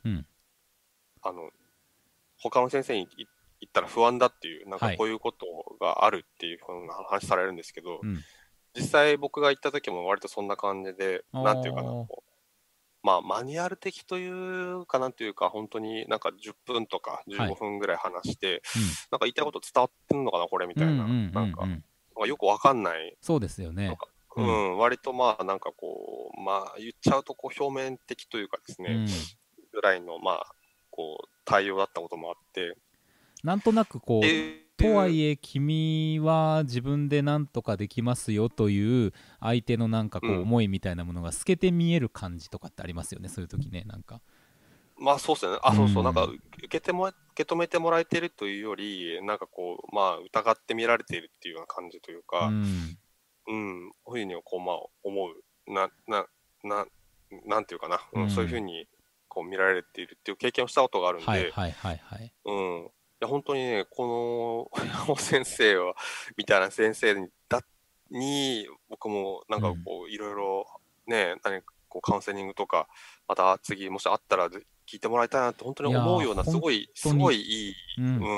他の先生に行ったら不安だっていう、なんかこういうことがあるっていうふうな話されるんですけど、実際僕が行った時も割とそんな感じで、なんていうかな、マニュアル的というかなんていうか、本当になんか10分とか15分ぐらい話して、なんか言いたいこと伝わってるのかなこれみたいな、なんかよくわかんない、 そうですよね、 割となんかこう言っちゃうとこう表面的というかですね、ぐらいのこう対応だったこともあって、 なんとなくこうとはいえ君は自分でなんとかできますよという相手のなんかこう思いみたいなものが透けて見える感じとかってありますよね、そういう時ね、なんか。 そうっすよね。なんか受け止めてもらえてるというより、なんかこう疑って見られているっていうような感じというか、こういうふうにこう思うなんていうかな、そういうふうにこう見られているっていう経験をしたことがあるんで、本当にね、この山本先生はみたいな先生に僕もなんかこういろいろね、何かこうカウンセリングとかまた次もしあったら聞いてもらいたいなって本当に思うようなすごいいい、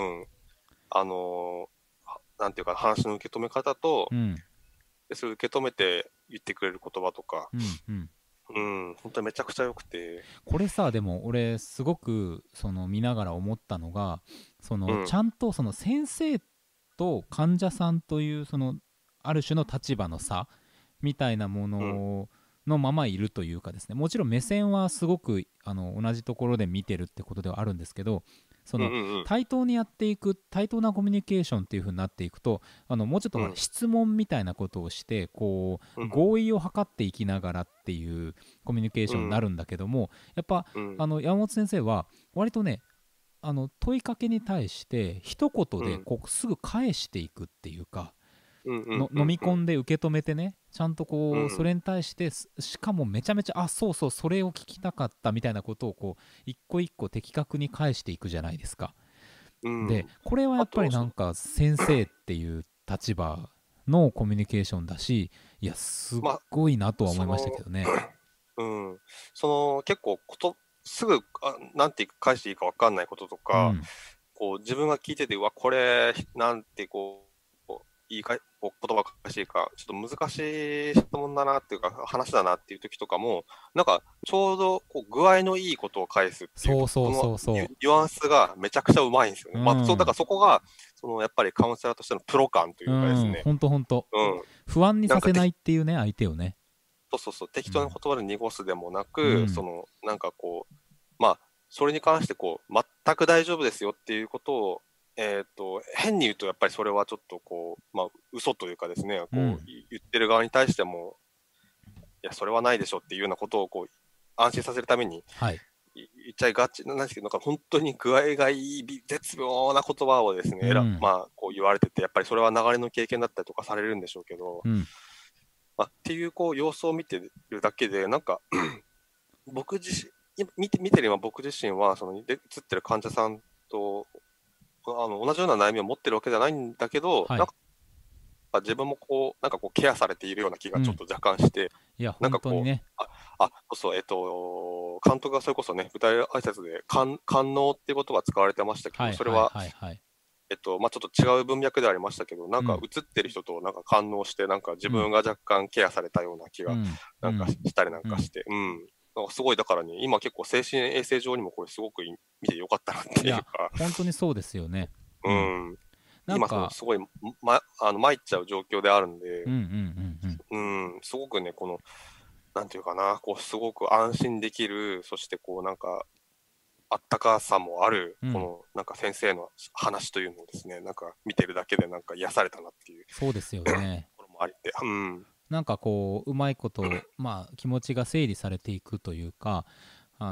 なんていうか話の受け止め方と、でそれを受け止めて言ってくれる言葉とか、本当にめちゃくちゃ良くて、 これさ、でも俺すごくその見ながら思ったのが、そのちゃんとその先生と患者さんというそのある種の立場の差みたいなもののままいるというかですね、もちろん目線はすごく同じところで見てるってことではあるんですけど、その対等にやっていく対等なコミュニケーションっていう風になっていくと、もうちょっと質問みたいなことをしてこう合意を図っていきながらっていうコミュニケーションになるんだけども、やっぱ山本先生は割とね、問いかけに対して一言でこうすぐ返していくっていうか、飲み込んで受け止めてね、ちゃんとこうそれに対してしかもめちゃめちゃそうそれを聞きたかったみたいなことをこう一個一個的確に返していくじゃないですか。でこれはやっぱりなんか先生っていう立場のコミュニケーションだし、いやすっごいなとは思いましたけどね。 結構すぐなんて返していいか分かんないこととか、こう自分が聞いててこれなんてこう言葉が返していいかちょっと難しい質問だなっていうか話だなっていう時とかも、なんかちょうどこう具合のいいことを返すっていう、このニュアンスがめちゃくちゃうまいんですよね。だからそこがやっぱりカウンセラーとしてのプロ感というかですね。 ほんと、不安にさせないっていうね、相手をね。 そう適当な言葉で濁すでもなく、なんかこうまあそれに関してこう全く大丈夫ですよっていうことを変に言うとやっぱりそれはちょっとこう嘘というかですね、こう言ってる側に対してもいやそれはないでしょっていうようなことをこう安心させるために言っちゃいがちなんですけど、なんか本当に具合がいい絶妙な言葉をですね、こう言われてて、やっぱりそれは流れの経験だったりとかされるんでしょうけど、っていうこう様子を見てるだけでなんか僕自身見てる今僕自身はその映ってる患者さんと同じような悩みを持ってるわけじゃないんだけど、なんか自分もこうなんかこうケアされているような気がちょっと若干して、 なんかこう監督がそれこそね舞台挨拶で官能っていうことが使われてましたけど、それはちょっと違う文脈でありましたけど、なんか映ってる人となんか感応してなんか自分が若干ケアされたような気がなんかしたりなんかして、なんかすごいだからね今結構精神衛生上にもこれすごく見てよかったなっていうか、 本当にそうですよね。 今すごい参っちゃう状況であるんで、すごくねこのなんていうかな、こうすごく安心できる、そしてこうなんかあったかさもある、このなんか先生の話というのをですね、なんか見てるだけでなんか癒されたなっていう。 そうですよね。 ところもありて、 なんかこううまいこと気持ちが整理されていくというか、淡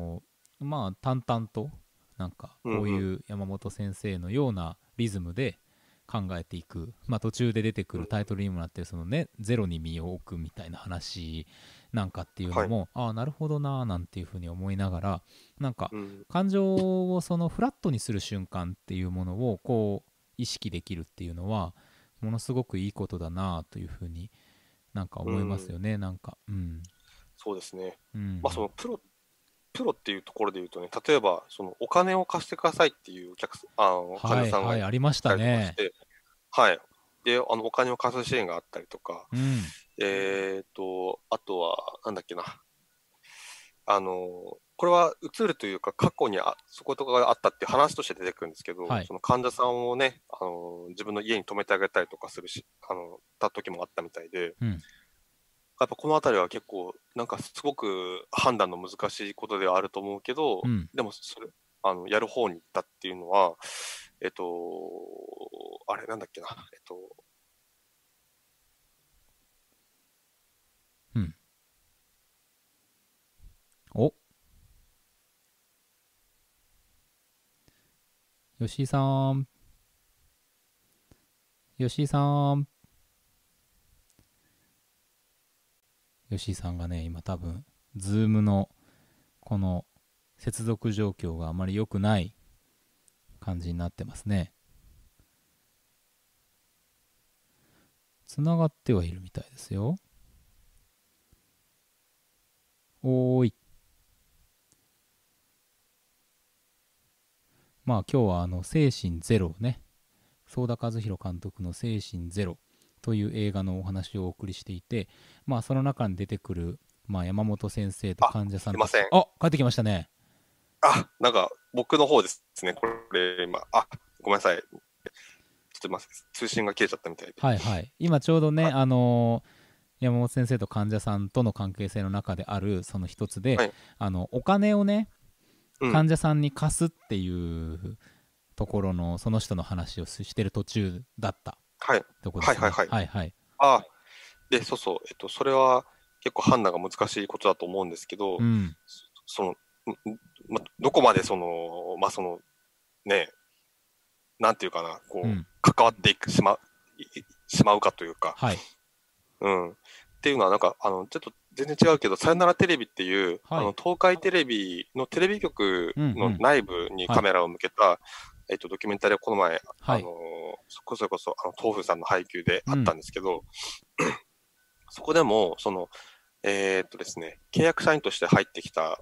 々となんかこういう山本先生のようなリズムで考えていく、途中で出てくるタイトルにもなってるそのね、ゼロに身を置くみたいな話なんかっていうのも、なるほどなーなんていうふうに思いながら、なんか感情をそのフラットにする瞬間っていうものをこう意識できるっていうのはものすごくいいことだなというふうになんか思いますよね。なんかそうですね。そのプロっていうところで言うとね、例えばそのお金を貸してくださいっていう患者さんがありましたね。 でお金を貸すシーンがあったりとか、あとはなんだっけな、これは映るというか過去にそことかがあったっていう話として出てくるんですけど、その患者さんをね自分の家に泊めてあげたりとかするた時もあったみたいで。やっぱこの辺りは結構なんかすごく判断の難しいことではあると思うけど、でもそれやる方に行ったっていうのはあれなんだっけなお吉井さん吉井さんがね今多分ズームのこの接続状況があまり良くない感じになってますね。つながってはいるみたいですよ。おーい。今日は精神ゼロね、惣田和弘監督の精神ゼロという映画のお話をお送りしていて、その中に出てくる、山本先生と患者さんと、帰ってきましたね。 なんか僕の方ですね、これ今ごめんなさい、ちょっと通信が切れちゃったみたいで、 今ちょうどね、山本先生と患者さんとの関係性の中であるその一つで、お金をね患者さんに貸すっていうところのその人の話をしてる途中だったところですね。 でそれは結構判断が難しいことだと思うんですけど、そのどこまでそのね、なんていうかな、こう関わってしまうかというか、っていうのはなんかちょっと全然違うけど、さよならテレビっていう、東海テレビのテレビ局の内部にカメラを向けた、ドキュメンタリーをこの前、それこそ東風さんの配給であったんですけど、そこでもですね、契約社員として入ってきた、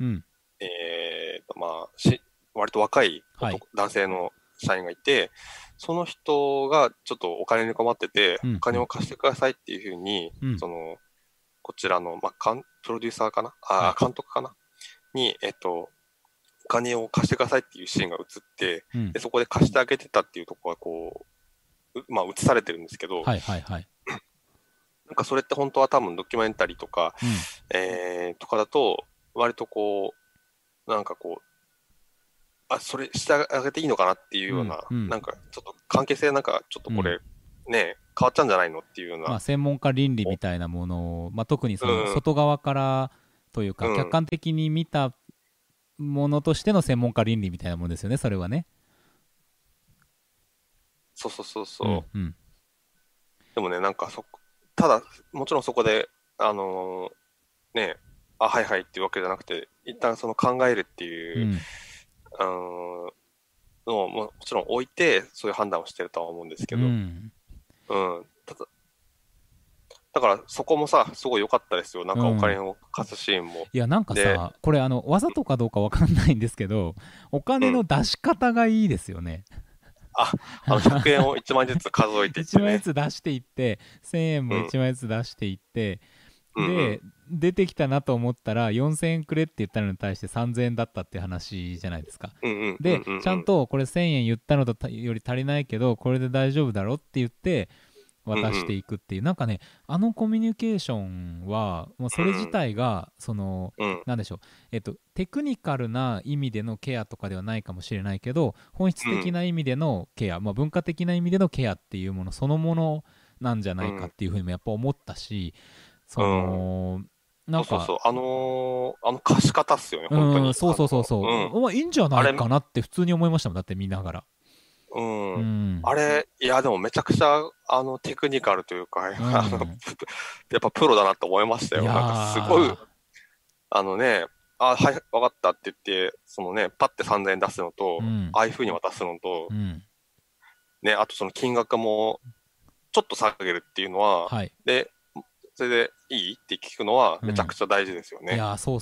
割と若い男性の社員がいて、その人がちょっとお金に困ってて、お金を貸してくださいっていうふうに、こちらの、プロデューサーかな、監督かなに、お金を貸してくださいっていうシーンが映って、でそこで貸してあげてたっていうところがこう、映されてるんですけど、 なんかそれって本当は多分ドキュメンタリーとか、とかだと、割とこう、なんかこう、それしてあげていいのかなっていうような、なんかちょっと関係性なんかちょっとこれ、ね、変わっちゃうんじゃないのっていうような。 まあ専門家倫理みたいなものを、まあ、特にその外側からというか、客観的に見たものとしての専門家倫理みたいなものですよね、それはね。 そうそうそうそう。でもね、なんかただ、もちろんそこで、ね、はいはいっていうわけじゃなくて、一旦その考えるっていう、のをもちろん置いて、そういう判断をしてるとは思うんですけど、だからそこもさ、すごい良かったですよ。なんかお金を貸すシーンも。 いや、なんかさ、これわざとかどうかわかんないんですけど、お金の出し方がいいですよね。 100円を1枚ずつ数えていって、ね、 1枚ずつ出していって、1000円も1枚ずつ出していって、で、出てきたなと思ったら、4000円くれって言ったのに対して3000円だったって話じゃないですか。で、ちゃんとこれ1000円言ったのとより足りないけど、これで大丈夫だろって言って、渡していくっていう、なんかね、あのコミュニケーションはもうそれ自体がその、なんでしょう、テクニカルな意味でのケアとかではないかもしれないけど、本質的な意味でのケア、まあ、文化的な意味でのケアっていうものそのものなんじゃないかっていうふうにもやっぱ思ったし、その、なんかそうあの貸し方っすよね、本当に。 そう、まあいいんじゃないかなって普通に思いましたもん、だって見ながら。 あれ、いや、でもめちゃくちゃ、テクニカルというか、やっぱプロだなと思いましたよ。なんかすごい、はい、わかったって言って、そのね、パッて3000円出すのと、ああいう風に渡すのと、ね、あとその金額も、ちょっと下げるっていうのは、で、それでいいって聞くのは、めちゃくちゃ大事ですよね。 いや、そう。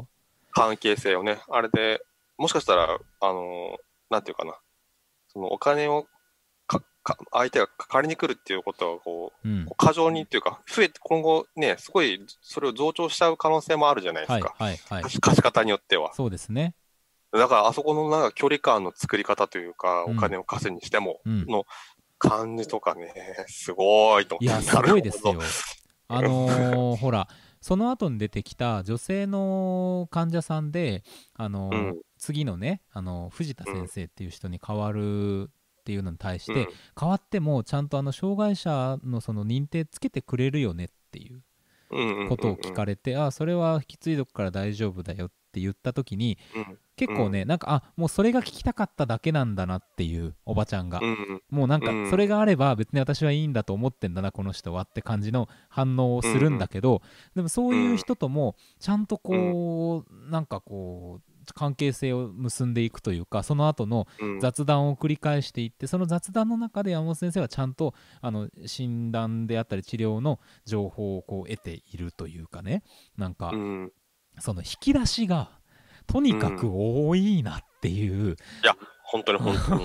関係性をね、あれで、もしかしたら、なんていうかな、そのお金を相手が借りに来るっていうことはこう、過剰にっていうか今後ねすごいそれを増長しちゃう可能性もあるじゃないですか、貸し方によっては。 そうですね。 だからあそこのなんか距離感の作り方というか、お金を貸すにしてもの感じとかね、すごいと思って。 いや、すごいですよ。ほら、その後に出てきた女性の患者さんで、次のね、藤田先生っていう人に変わるっていうのに対して、変わってもちゃんと障害者のその認定つけてくれるよねっていうことを聞かれて、それはきついとこから大丈夫だよって言った時に、結構ね、なんかもうそれが聞きたかっただけなんだなっていうおばちゃんが、もうなんかそれがあれば別に私はいいんだと思ってんだなこの人はって感じの反応をするんだけど、でもそういう人ともちゃんとこう、なんかこう関係性を結んでいくというか、その後の雑談を繰り返していって、その雑談の中で山本先生はちゃんと診断であったり治療の情報をこう得ているというかね、なんか、その引き出しがとにかく多いなっていう、 いや本当に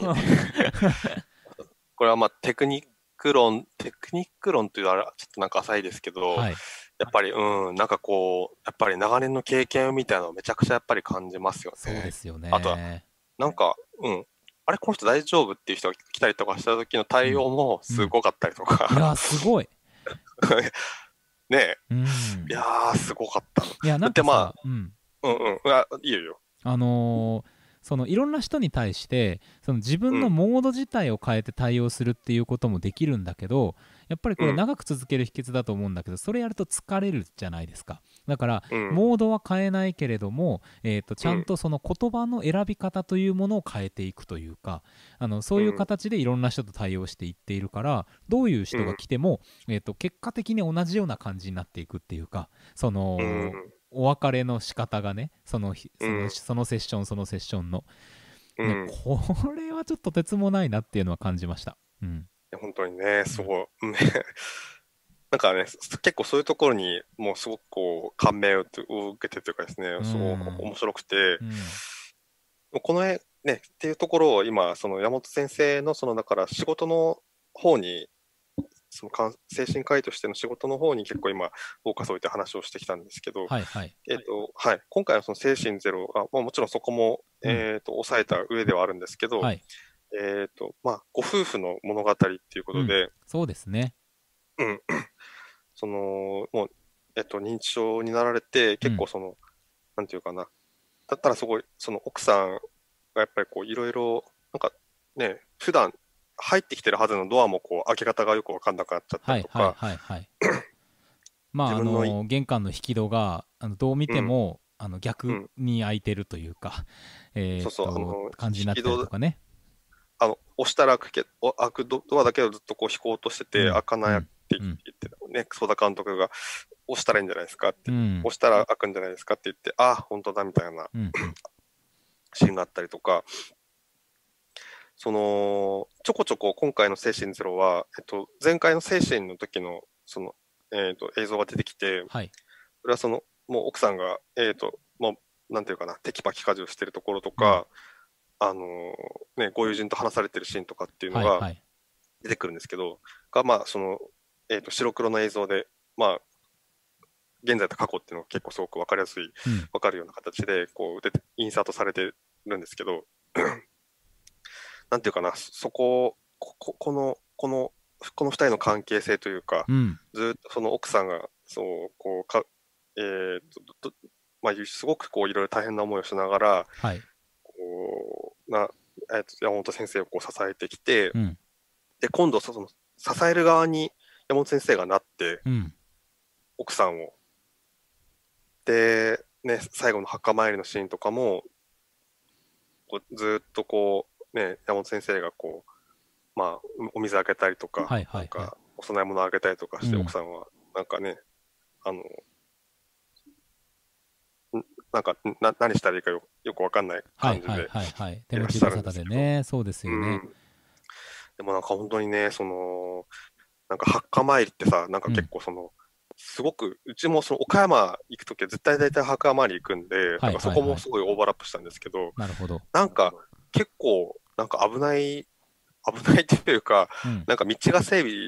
これはまあテクニック論というのはちょっとなんか浅いですけど、やっぱりなんかこうやっぱり長年の経験みたいなのをめちゃくちゃやっぱり感じますよね。 そうですよね。 あとはなんかあれこの人大丈夫っていう人が来たりとかした時の対応もすごかったりとか、 いやすごいねえ、いやーすごかった。 いやなんかさ、 いいよ。 そのいろんな人に対してその自分のモード自体を変えて対応するっていうこともできるんだけど、やっぱりこれ長く続ける秘訣だと思うんだけど、それやると疲れるじゃないですか。だから、モードは変えないけれども、ちゃんとその言葉の選び方というものを変えていくというか、そういう形でいろんな人と対応していっているから、どういう人が来ても、結果的に同じような感じになっていくっていうか、その、お別れの仕方がね、そのセッションの、これはちょっととてつもないなっていうのは感じました。 本当にね、すごい、なんかね、結構そういうところにもうすごくこう感銘を受けてというかですね、すごく面白くて、この絵ねっていうところを今その山本先生のそのだから仕事の方に、その精神科医としての仕事の方に結構今フォーカスを置いて話をしてきたんですけど、今回のその精神ゼロもちろんそこも抑えた上ではあるんですけど、ご夫婦の物語っていうことで、 そうですね。 その、もう、認知症になられて、結構その、なんていうかな。だったらすごい、その奥さんがやっぱりこう、いろいろ、なんかね、普段入ってきてるはずのドアもこう、開け方がよくわかんなくなっちゃったりとか、 まあ、 自分の玄関の引き戸がどう見ても、逆うん、 に開いてるというか、 そうそう、 感じになってたりとかね。 押したら開くドアだけをずっとこう引こうとしてて、開かないって言ってね、ソ田監督が押したらいいんじゃないですかって、押したら開くんじゃないですかって言って、あ、本当だみたいなシーンがあったりとか、その、ちょこちょこ今回の精神ゼロは、前回の精神の時の、その、映像が出てきて、 はい、 それはその、もう奥さんが、もう、なんていうかな、テキパキ家事をしてるところとか、ね、ご友人と話されてるシーンとかっていうのが出てくるんですけど、まあ、その、白黒の映像で、まあ、現在と過去っていうのが結構すごく分かりやすい、分かるような形で、こう、インサートされてるんですけど、なんていうかな、この二人の関係性というか、ずっとその奥さんが、そう、こう、まあ、すごくこう、いろいろ大変な思いをしながら、こう、山本先生をこう支えてきて、で、今度その、支える側に山本先生がなって、奥さんを。で、ね、最後の墓参りのシーンとかも、こうずっとこう、ね、山本先生がこう、まあ、お水あげたりとか、なんか、お供え物あげたりとかして、奥さんは、なんかね、なんか、何したらいいかよくわかんない感じで。 手持ち無沙汰でね、そうですよね。 でもなんか本当にね、その、なんか墓参りってさ、なんか結構その、すごく、うちもその岡山行くときは絶対大体墓参り行くんで、なんかそこもすごいオーバーラップしたんですけど、なんか結構、なんか危ないというか、なんか道が整備、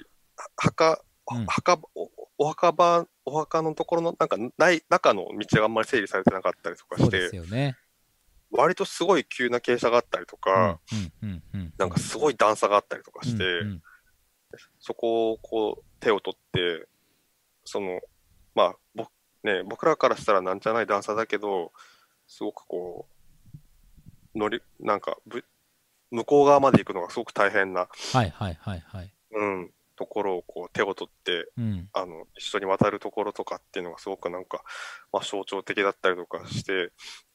お墓のところの、なんか中の道があんまり整理されてなかったりとかして、割とすごい急な傾斜があったりとか、なんかすごい段差があったりとかして、そこをこう手を取って、その、まあ、僕らからしたらなんじゃない段差だけど、すごくこう、なんか向こう側まで行くのがすごく大変な、ところをこう手を取って、一緒に渡るところとかっていうのがすごくなんか、まあ、象徴的だったりとかして、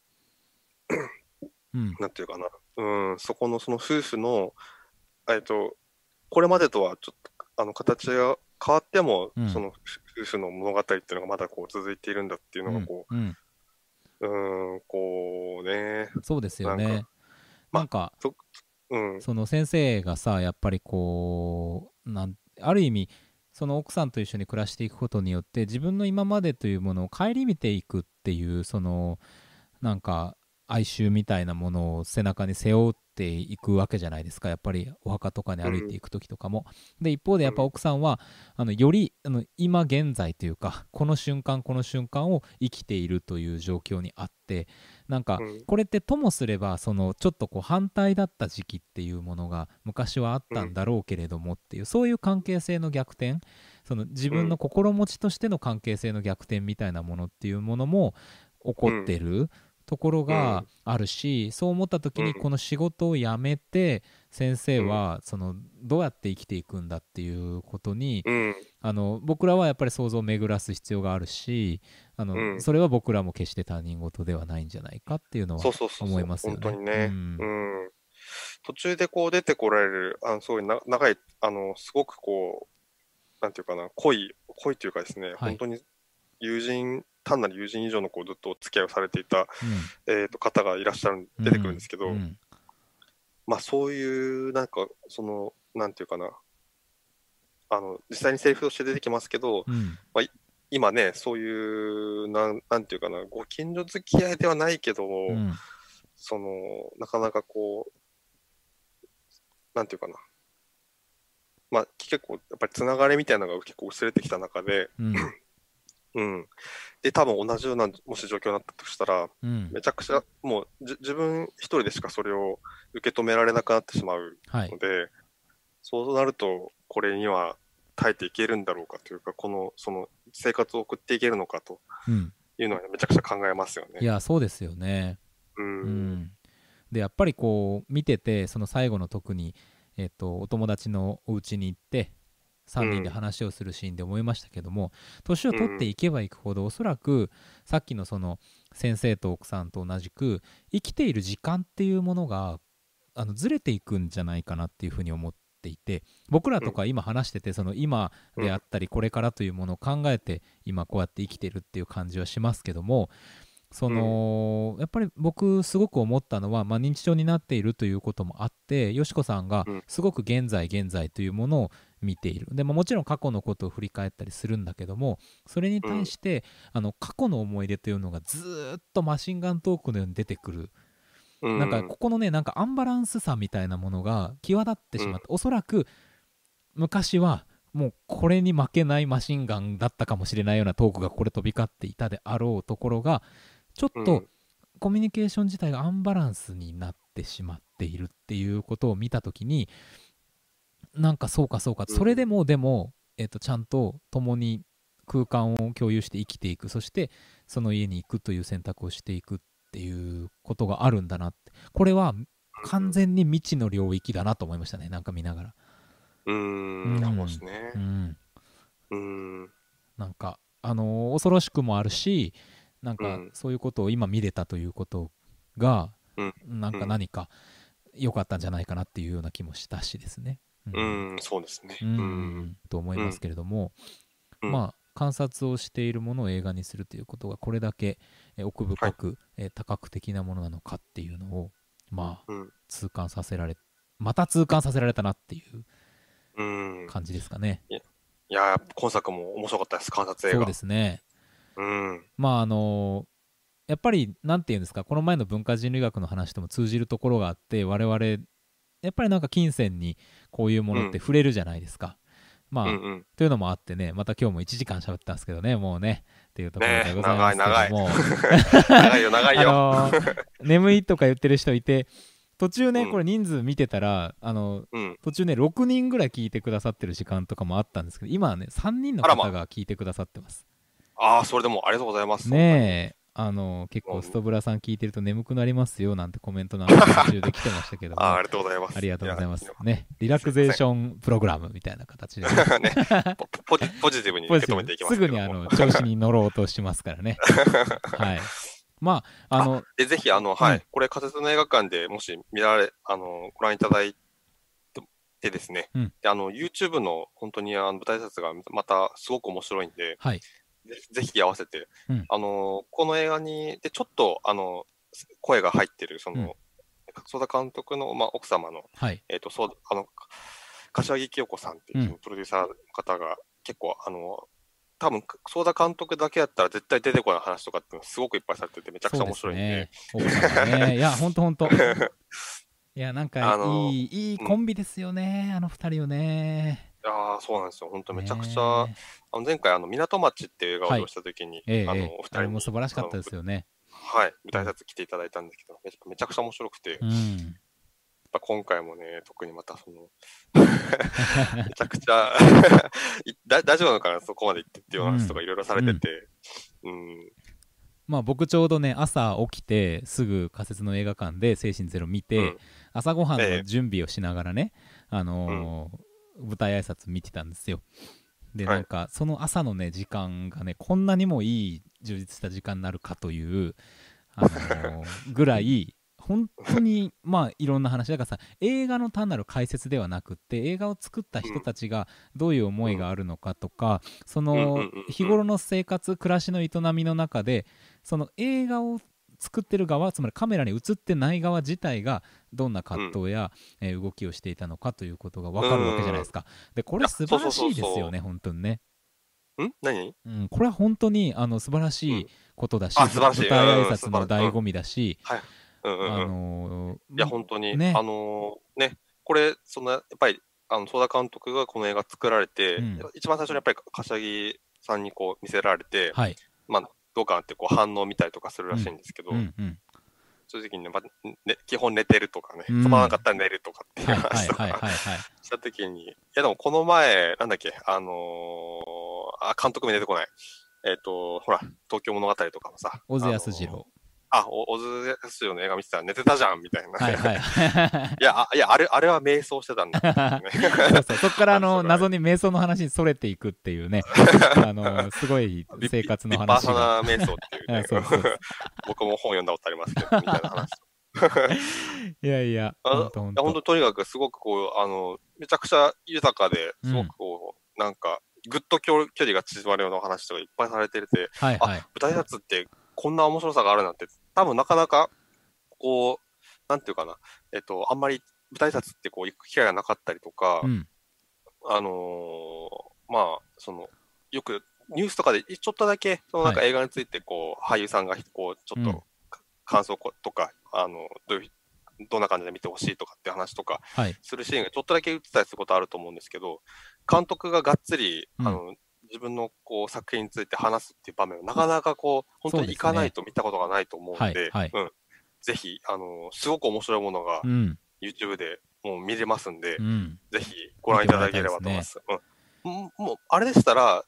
なんていうかな、そこのその夫婦の、これまでとはちょっと形が変わっても、その夫婦の物語っていうのがまだこう続いているんだっていうのがこう、こうね。 そうですよね。なんか、その先生がさ、やっぱりこう、ある意味、その奥さんと一緒に暮らしていくことによって自分の今までというものを顧みていくっていう、そのなんか哀愁みたいなものを背中に背負っていくわけじゃないですか、やっぱりお墓とかに歩いていく時とかも。で一方でやっぱ奥さんはより今現在というか、この瞬間この瞬間を生きているという状況にあって、なんかこれってともすればそのちょっとこう反対だった時期っていうものが昔はあったんだろうけれどもっていう、そういう関係性の逆転、その自分の心持ちとしての関係性の逆転みたいなものっていうものも起こってるところがあるし、そう思った時にこの仕事を辞めて先生はそのどうやって生きていくんだっていうことに、僕らはやっぱり想像を巡らす必要があるし、それは僕らも決して他人事ではないんじゃないかっていうのは思いますよね。 本当にね。途中でこう出てこられる、そういう長い、すごくこう、なんていうかな、濃いというかですね、本当に単なる友人以上のこうずっとお付き合いをされていた、方がいらっしゃる、出てくるんですけど、まあそういう、なんか、その、なんていうかな、実際にセリフとして出てきますけど、まあ、今ね、そういう、なんていうかな、ご近所付き合いではないけども、その、なかなかこう、なんていうかな、まあ結構やっぱりつながりみたいなのが結構薄れてきた中で、で、多分同じような、もし状況になったとしたら、めちゃくちゃ、もう自分一人でしかそれを受け止められなくなってしまうので、そうなると、これには耐えていけるんだろうかというか、その生活を送っていけるのかというのはめちゃくちゃ考えますよね。 いやそうですよね。でやっぱりこう見てて、その最後の特に、お友達のお家に行って3人で話をするシーンで思いましたけども、年を取っていけばいくほど、おそらくさっきのその先生と奥さんと同じく生きている時間っていうものがずれていくんじゃないかなっていうふうに思っていて、僕らとか今話してて、その今であったりこれからというものを考えて今こうやって生きてるっていう感じはしますけども、そのやっぱり僕すごく思ったのは、認知症になっているということもあって、よしこさんがすごく現在現在というものを見ている。でももちろん過去のことを振り返ったりするんだけども、それに対して過去の思い出というのがずっとマシンガントークのように出てくる。なんかここのね、なんかアンバランスさみたいなものが際立ってしまって、おそらく昔はもうこれに負けないマシンガンだったかもしれないようなトークがここで飛び交っていたであろうところが、ちょっとコミュニケーション自体がアンバランスになってしまっているっていうことを見たときに、なんかそうかそうか、それでもちゃんと共に空間を共有して生きていく、そしてその家に行くという選択をしていくっていうことがあるんだなって、これは完全に未知の領域だなと思いましたね、なんか見ながら。 そうですね。 なんか恐ろしくもあるし、なんかそういうことを今見れたということが、なんか何か良かったんじゃないかなっていうような気もしたしですね。 そうですね。 と思いますけれども、観察をしているものを映画にするということがこれだけ奥深く、多角的なものなのかっていうのを痛感させられたなっていう感じですかね。 いや今作も面白かったです、観察映画。 そうですね。やっぱりなんていうんですか、この前の文化人類学の話とも通じるところがあって、我々やっぱりなんか金銭にこういうものって触れるじゃないですか。というのもあってね、また今日も1時間喋ったんですけどね、もうねっていうところでございますけども、 長いよ長いよ眠いとか言ってる人いて、途中ね、これ人数見てたら途中ね6人ぐらい聞いてくださってる時間とかもあったんですけど、今はね3人の方が聞いてくださってます。 それでもありがとうございますね。結構ストブラさん聞いてると眠くなりますよなんてコメントなんか途中で来てましたけどもありがとうございます。 ありがとうございますね。リラクゼーションプログラムみたいな形でポジティブに受け止めていきますけども、すぐに調子に乗ろうとしますからね。はい。 ぜひこれ仮設の映画館でもしご覧いただいてですね、YouTube の本当に舞台挨拶がまたすごく面白いんで、ぜひ合わせて、この映画にでちょっと声が入ってる曽田監督の奥様の柏木清子さんっていうプロデューサーの方が結構多分曽田監督だけやったら絶対出てこない話とかってすごくいっぱいされててめちゃくちゃ面白いんで。 いや本当いやなんかいいコンビですよね、2人をね。 そうなんですよ。本当めちゃくちゃ前回港町っていう映画をした時にお二人も素晴らしかったですよね。 舞台挨拶来ていただいたんですけど、めちゃくちゃ面白くて、今回もね特にまためちゃくちゃ大丈夫なのかな、そこまで行ってっていう話とかいろいろされてて、 僕ちょうどね朝起きてすぐ仮設の映画館で精神ゼロ見て、朝ごはんの準備をしながらね舞台挨拶見てたんですよ。でなんかその朝のね時間がねこんなにもいい充実した時間になるかというぐらい本当にいろんな話だからさ、映画の単なる解説ではなくって映画を作った人たちがどういう思いがあるのかとか、その日頃の生活暮らしの営みの中でその映画を作ってる側、つまりカメラに映ってない側自体がどんな葛藤や動きをしていたのかということが分かるわけじゃないですか。でこれ素晴らしいですよね本当にね。 何？ これは本当に素晴らしいことだし、舞台挨拶の醍醐味だし、 いや本当にねこれやっぱり曽田監督がこの映画作られて、一番最初にやっぱり柏木さんにこう見せられて、どうかなって反応見たりとかするらしいんですけど、正直に基本寝てるとかね、つまらなかったら寝るとかっていう話とかししたときに、いやでもこの前、なんだっけ、監督名出てこない。ほら、東京物語とかもさ。 小津安二郎。 小津安二郎の映画見てたら寝てたじゃんみたいな。 はいはい。 いや、あれは瞑想してたんだ、ね。 そこから謎に瞑想の話にそれていくっていうね。すごい生活の話が。ビッパーサナ瞑想っていうね。僕も本読んだことありますけど、みたいな話。 いやいや、 本当とにかくすごくこう、めちゃくちゃ豊かで、すごくこう、なんか、ぐっと距離が縮まるような話とかいっぱいされてて、 はいはい、 舞台挨拶ってこんな面白さがあるなんて、多分なかなか、こう、なんていうかな、あんまり舞台挨拶ってこう、行く機会がなかったりとか、まあ、よくニュースとかでちょっとだけ、なんか映画についてこう、俳優さんがこう、ちょっと感想とか、どんな感じで見てほしいとかって話とかするシーンがちょっとだけ映ってたりすることあると思うんですけど、監督ががっつり、自分のこう作品について話すっていう場面はなかなかこう、本当に行かないと見たことがないと思うんで、ぜひ、すごく面白いものが YouTube でもう見れますんで、ぜひご覧いただければと思います。もう、あれでしたら、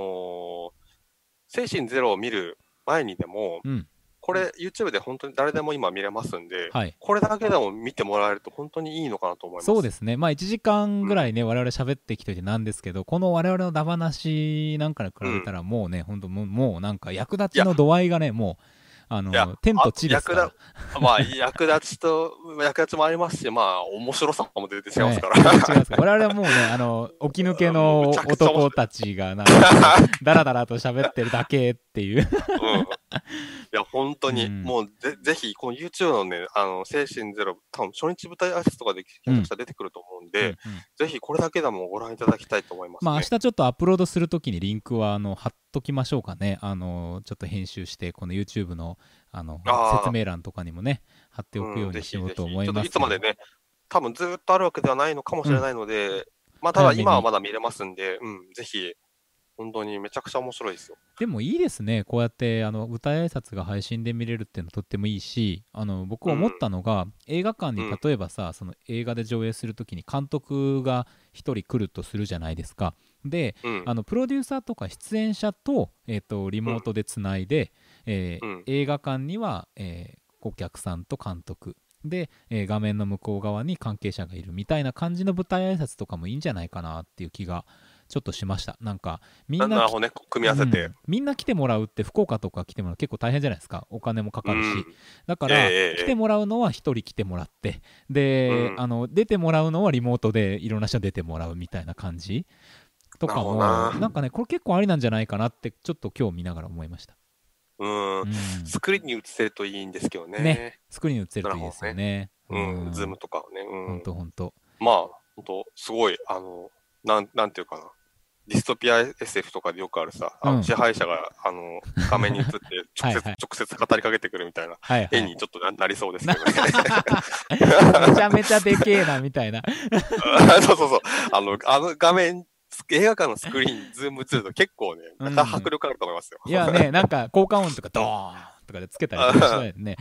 精神ゼロを見る前にでも、これ YouTube で本当に誰でも今見れますんで、これだけでも見てもらえると本当にいいのかなと思います。 そうですね。まあ1時間ぐらいね、我々喋ってきておいてなんですけど、この我々のダ話なんかに比べたらもうね、本当もうなんか役立ちの度合いがね、もう天と地ですから。 まあ役立ちもありますし、まあ面白さも出て違いますから。 我々はもうね、起き抜けの男たちがなんかダラダラと喋ってるだけっていう。 いや本当に、もうぜひこの YouTube のね、精神ゼロ、多分初日舞台挨拶とかで検索したら出てくると思うんで、ぜひこれだけでもご覧いただきたいと思いますね。 まあ明日ちょっとアップロードするときにリンクは貼っときましょうかね。ちょっと編集してこの YouTube の説明欄とかにもね貼っておくようにしようと思います。 いつまでね、多分ずっとあるわけではないのかもしれないので、まあただ今はまだ見れますんで、ぜひ。本当にめちゃくちゃ面白いですよ。 でもいいですね、こうやって舞台挨拶が配信で見れるっていうのはとってもいいし、僕思ったのが、映画館に例えばさ、その映画で上映するときに監督が1人来るとするじゃないですか。で、プロデューサーとか出演者と、リモートでつないで、映画館には、お客さんと監督で、画面の向こう側に関係者がいるみたいな感じの舞台挨拶とかもいいんじゃないかなっていう気がちょっとしました。なんかみんな組み合わせて、 みんな来てもらうって福岡とか来てもらう結構大変じゃないですか。お金もかかるし、だから、来てもらうのは1人来てもらってで、出てもらうのはリモートでいろんな人出てもらうみたいな感じとかもなんかね、これ結構ありなんじゃないかなってちょっと今日見ながら思いました。 スクリーンに映せるといいんですけどね。 スクリーンに映せるといいですよね。 ズームとかはね。 ほんと。 まあ本当すごいなんていうかな。ディストピア SF とかでよくあるさ、支配者が画面に映って直接語りかけてくるみたいな絵にちょっとなりそうですけどね。 めちゃめちゃでけえなみたいな。 そう画面映画館のスクリーンズーム映ると結構ね、迫力あると思いますよ。 いやね、なんか効果音とかドーンとかでつけたりとかしないよね。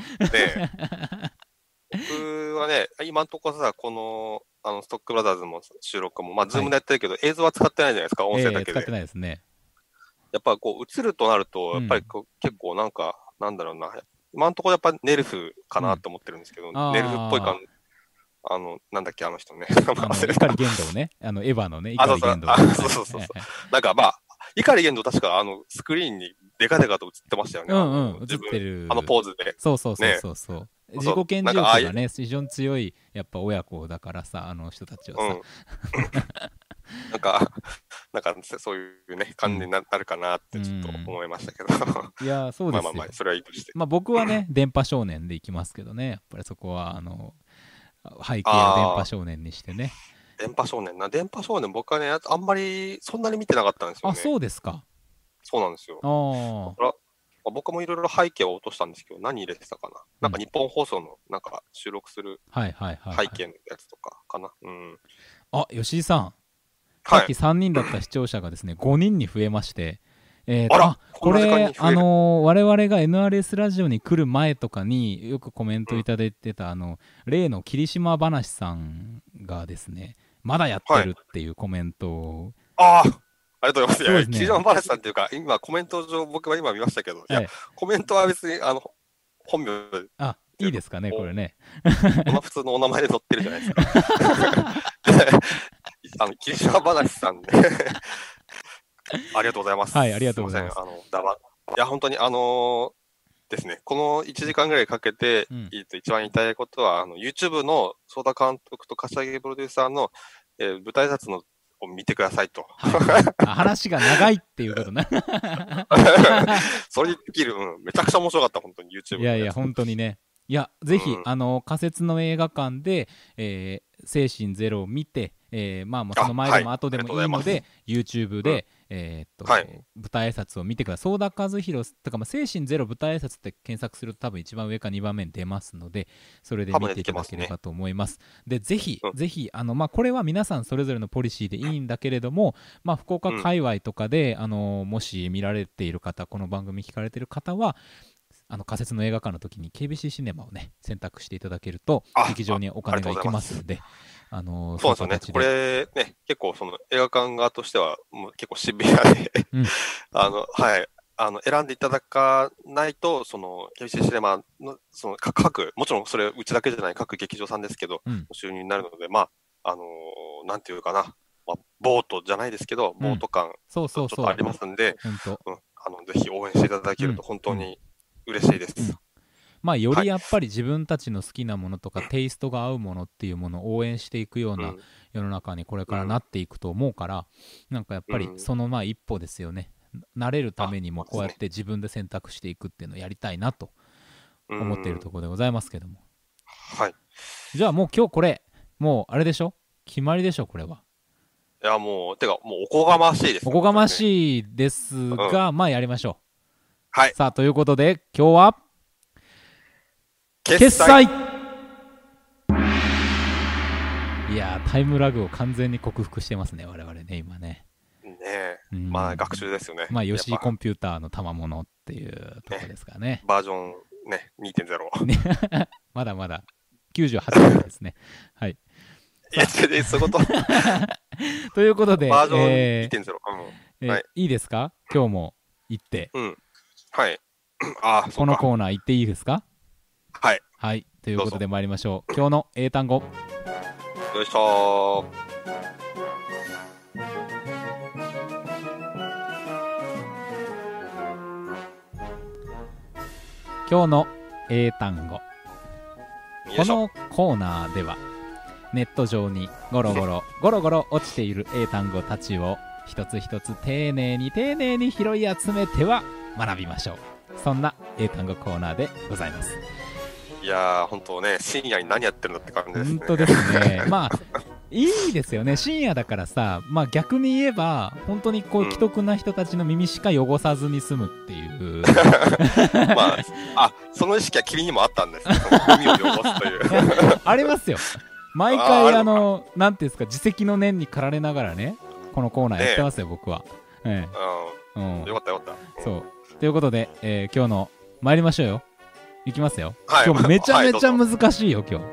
僕はね、今のところさ、このストックブラザーズも収録も、まあ、ズームでやってるけど、映像は使ってないじゃないですか、音声だけで。 使ってないですね。 やっぱこう、映るとなると、やっぱり結構なんか、なんだろうな、今のところやっぱネルフかなと思ってるんですけど、ネルフっぽい感じ。なんだっけ、あの人ね。 碇玄道ね。エヴァのね、碇玄道。 そう。なんかまあ、碇玄道確かスクリーンにデカデカと映ってましたよね。 映ってる。 ポーズで。 そう。自己顕示欲がね、非常に強い、やっぱ親子だからさ、あの人たちはさ。 なんかそういうね、感じになるかなってちょっと思いましたけど。 いや、そうですよ。 まあ、それはいいとして。 まあ僕はね、電波少年でいきますけどね、やっぱりそこは、背景を電波少年にしてね。 電波少年僕はね、あんまりそんなに見てなかったんですよね。 そうですか。 そうなんですよ。僕もいろいろ背景を落としたんですけど、何入れてたかな。なんか日本放送のなんか収録する背景のやつとかかな。 吉井さん。さっき3人だった視聴者がですね、5人に増えまして、これ我々が NRS ラジオに来る前とかによくコメントいただいてた例の霧島話さんがですねまだやってるっていうコメントを。 ありがとうございます。 そうですね。 霧島話さんっていうか、今、コメント上、僕は今見ましたけど、いや、コメントは別に、本名で。 いいですかね、これね。 普通のお名前で載ってるじゃないですか。霧島話さんね。ありがとうございます。 はい、ありがとうございます。 いや、本当に、ですね、この1時間ぐらいかけて、一番言いたいことは、YouTube のソーダ監督と柏木プロデューサーの、舞台挨拶のを見てくださいと。 話が長いっていうことね。 それにできる、めちゃくちゃ面白かった、本当に YouTube。 いやいや、本当にね。いや、ぜひ、仮設の映画館で、精神ゼロを見て、まあ、その前でも後でもいいので、YouTube で、舞台挨拶を見てください。ソーダ和弘とか、精神ゼロ舞台挨拶って検索すると多分一番上か2番目に出ますので、それで見ていただければと思います。で、ぜひ、ぜひ、これは皆さんそれぞれのポリシーでいいんだけれども、福岡界隈とかで、もし見られている方、この番組聞かれている方は、仮設の映画館の時に KBC シネマをね選択していただけると劇場にお金がいきますので、 そうですよね。これね、結構その映画館側としてはもう結構シビアで選んでいただかないと、その KBC シネマのその各もちろんそれうちだけじゃない各劇場さんですけど、収入になるので、なんていうかな、ボートじゃないですけど、ボート感ちょっとありますんで、ぜひ応援していただけると本当に嬉しいです。 よりやっぱり自分たちの好きなものとか、テイストが合うものっていうものを応援していくような世の中にこれからなっていくと思うから、なんかやっぱりその一歩ですよね。慣れるためにもこうやって自分で選択していくっていうのをやりたいなと思っているところでございますけども。じゃあもう今日これもうあれでしょ、決まりでしょこれは。 いやもうおこがましいです、 おこがましいですが、やりましょう。 はい。 さあということで今日は決済。いやタイムラグを完全に克服してますね我々ね今ね。 学習ですよね。 吉井コンピューターの賜物っていうところですかね。 バージョンね 2.0 まだまだ98ですね。はい。 いやそういうことということでバージョン 2.0、 いいですか今日も行って。 はい。 このコーナー行っていいですか。 はい。 はい。ということで参りましょう。今日の英単語。 よいしょー。 今日の英単語。このコーナーではネット上にゴロゴロ落ちている英単語たちを一つ一つ丁寧に拾い集めては学びましょう。そんな英単語コーナーでございます。 いやー本当ね、深夜に何やってるんだって感じですね。 本当ですね。いいですよね。深夜だからさ、逆に言えば本当にこう既得な人たちの耳しか汚さずに済むっていうその意識は君にもあったんですけど、耳を汚すというありますよ。毎回なんていうんですか、自責の念に駆られながらねこのコーナーやってますよ、僕は。 よかったよかった。 そうということで、今日の参りましょうよ。いきますよ。今日めちゃめちゃ難しいよ今日。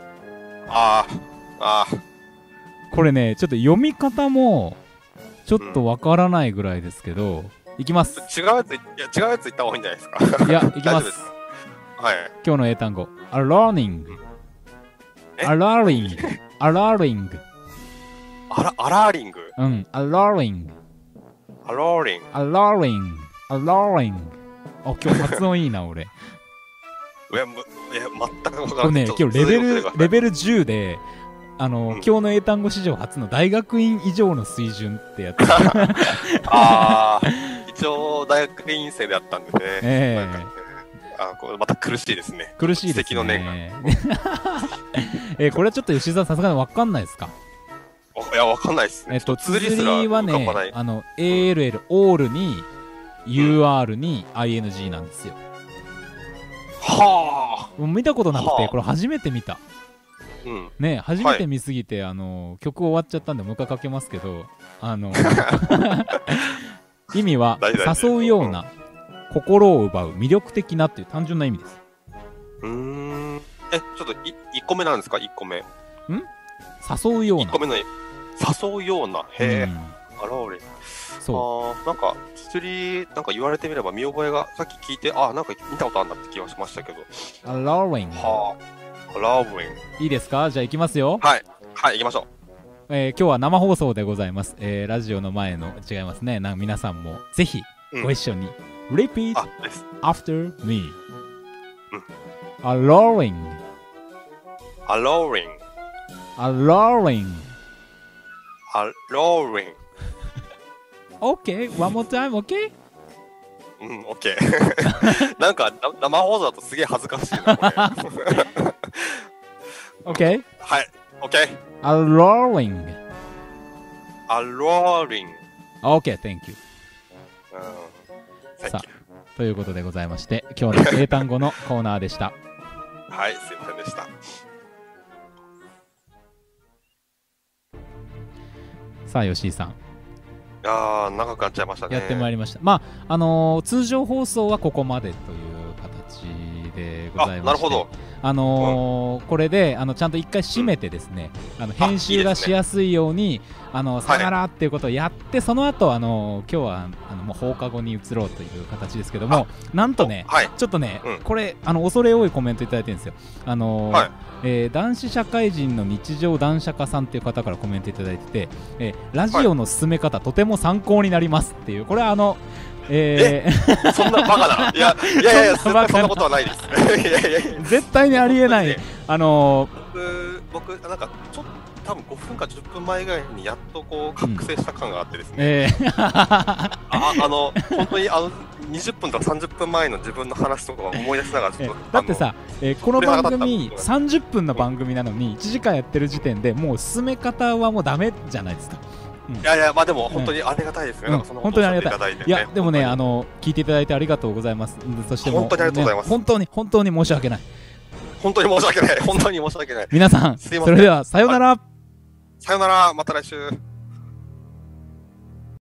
これねちょっと読み方もちょっとわからないぐらいですけど、いきます。 違うやつ言った方がいいんじゃないですか。 いやいきます。 はい。 今日の英単語、アラーリング。アラーリング。アラーリング。 アラーリング。 アラーリング。 アラーリング。 アラーリング。アラーリング。今日発音いいな俺。 全く分からない。 これね今日レベル10で今日の英単語史上初の大学院以上の水準ってやつ。 一応大学院生であったんですね。これまた苦しいですね。 苦しいですね。 指摘の念が。これはちょっと吉沢さすがに分かんないですか。 いや分かんないですね。 綴りはねALL オールに UR に ING なんですよ。 はあ。 もう見たことなくてこれ初めて見た。ね、初めて見すぎて、曲終わっちゃったんでもう一回かけますけど意味は誘うような、心を奪う、魅力的なっていう単純な意味です。 ちょっと1個目なんですか。1個目誘うような。 1個目の誘うような、へえ、 うんアローリン。 そなんか、釣り、なんか言われてみれば見覚えが、さっき聞いて、なんか見たことあるんだって気がしましたけど。 う。アローリン。 はあ、アローリン。 いいですか？じゃあ行きますよ。 はい。はい、行きましょう。 今日は生放送でございます。ラジオの前の、違いますね。皆さんもぜひご一緒に。Repeat です。 after me. A roaring. A roaring. A roaring. A roaring. Okay, one more time, okay? うん、OK。なんか、生放送だとすげえ恥ずかしいな、これ。 Okay? はい、OK。 A roaring. A roaring. Okay, thank you. さあ、ということでございまして、今日の英単語のコーナーでした。 はい、すいませんでした。 さあ、吉井さん。 長くなっちゃいましたね。 やってまいりました。まあ、通常放送はここまでという形でございまして。 なるほど。 これでちゃんと一回締めてですね、編集がしやすいようにさよならっていうことをやって、その後今日はもう放課後に移ろうという形ですけども、なんとね、ちょっとね、これ恐れ多いコメントいただいてるんですよ。男子社会人の日常男社家さんっていう方からコメントいただいてて、ラジオの進め方、とても参考になりますっていう、これはそんなバカな。いやそんなことはないです。 絶対にありえない。 僕なんかちょっと多分5分か10分前ぐらいにやっとこう覚醒した感があってですね。本当に20分とか30分前の自分の話とか思い出しながらちょっとだってさ、この番組30分の番組なのに1時間やってる時点でもう進め方はもうダメじゃないですか。 いやまあでも本当にありがたいですね。 本当にありがたい。いやでもね、聞いていただいてありがとうございます。そして本当にありがとうございます。 本当に申し訳ない。 本当に申し訳ない。本当に申し訳ない。 皆さん、それではさようなら。 さようなら、また来週。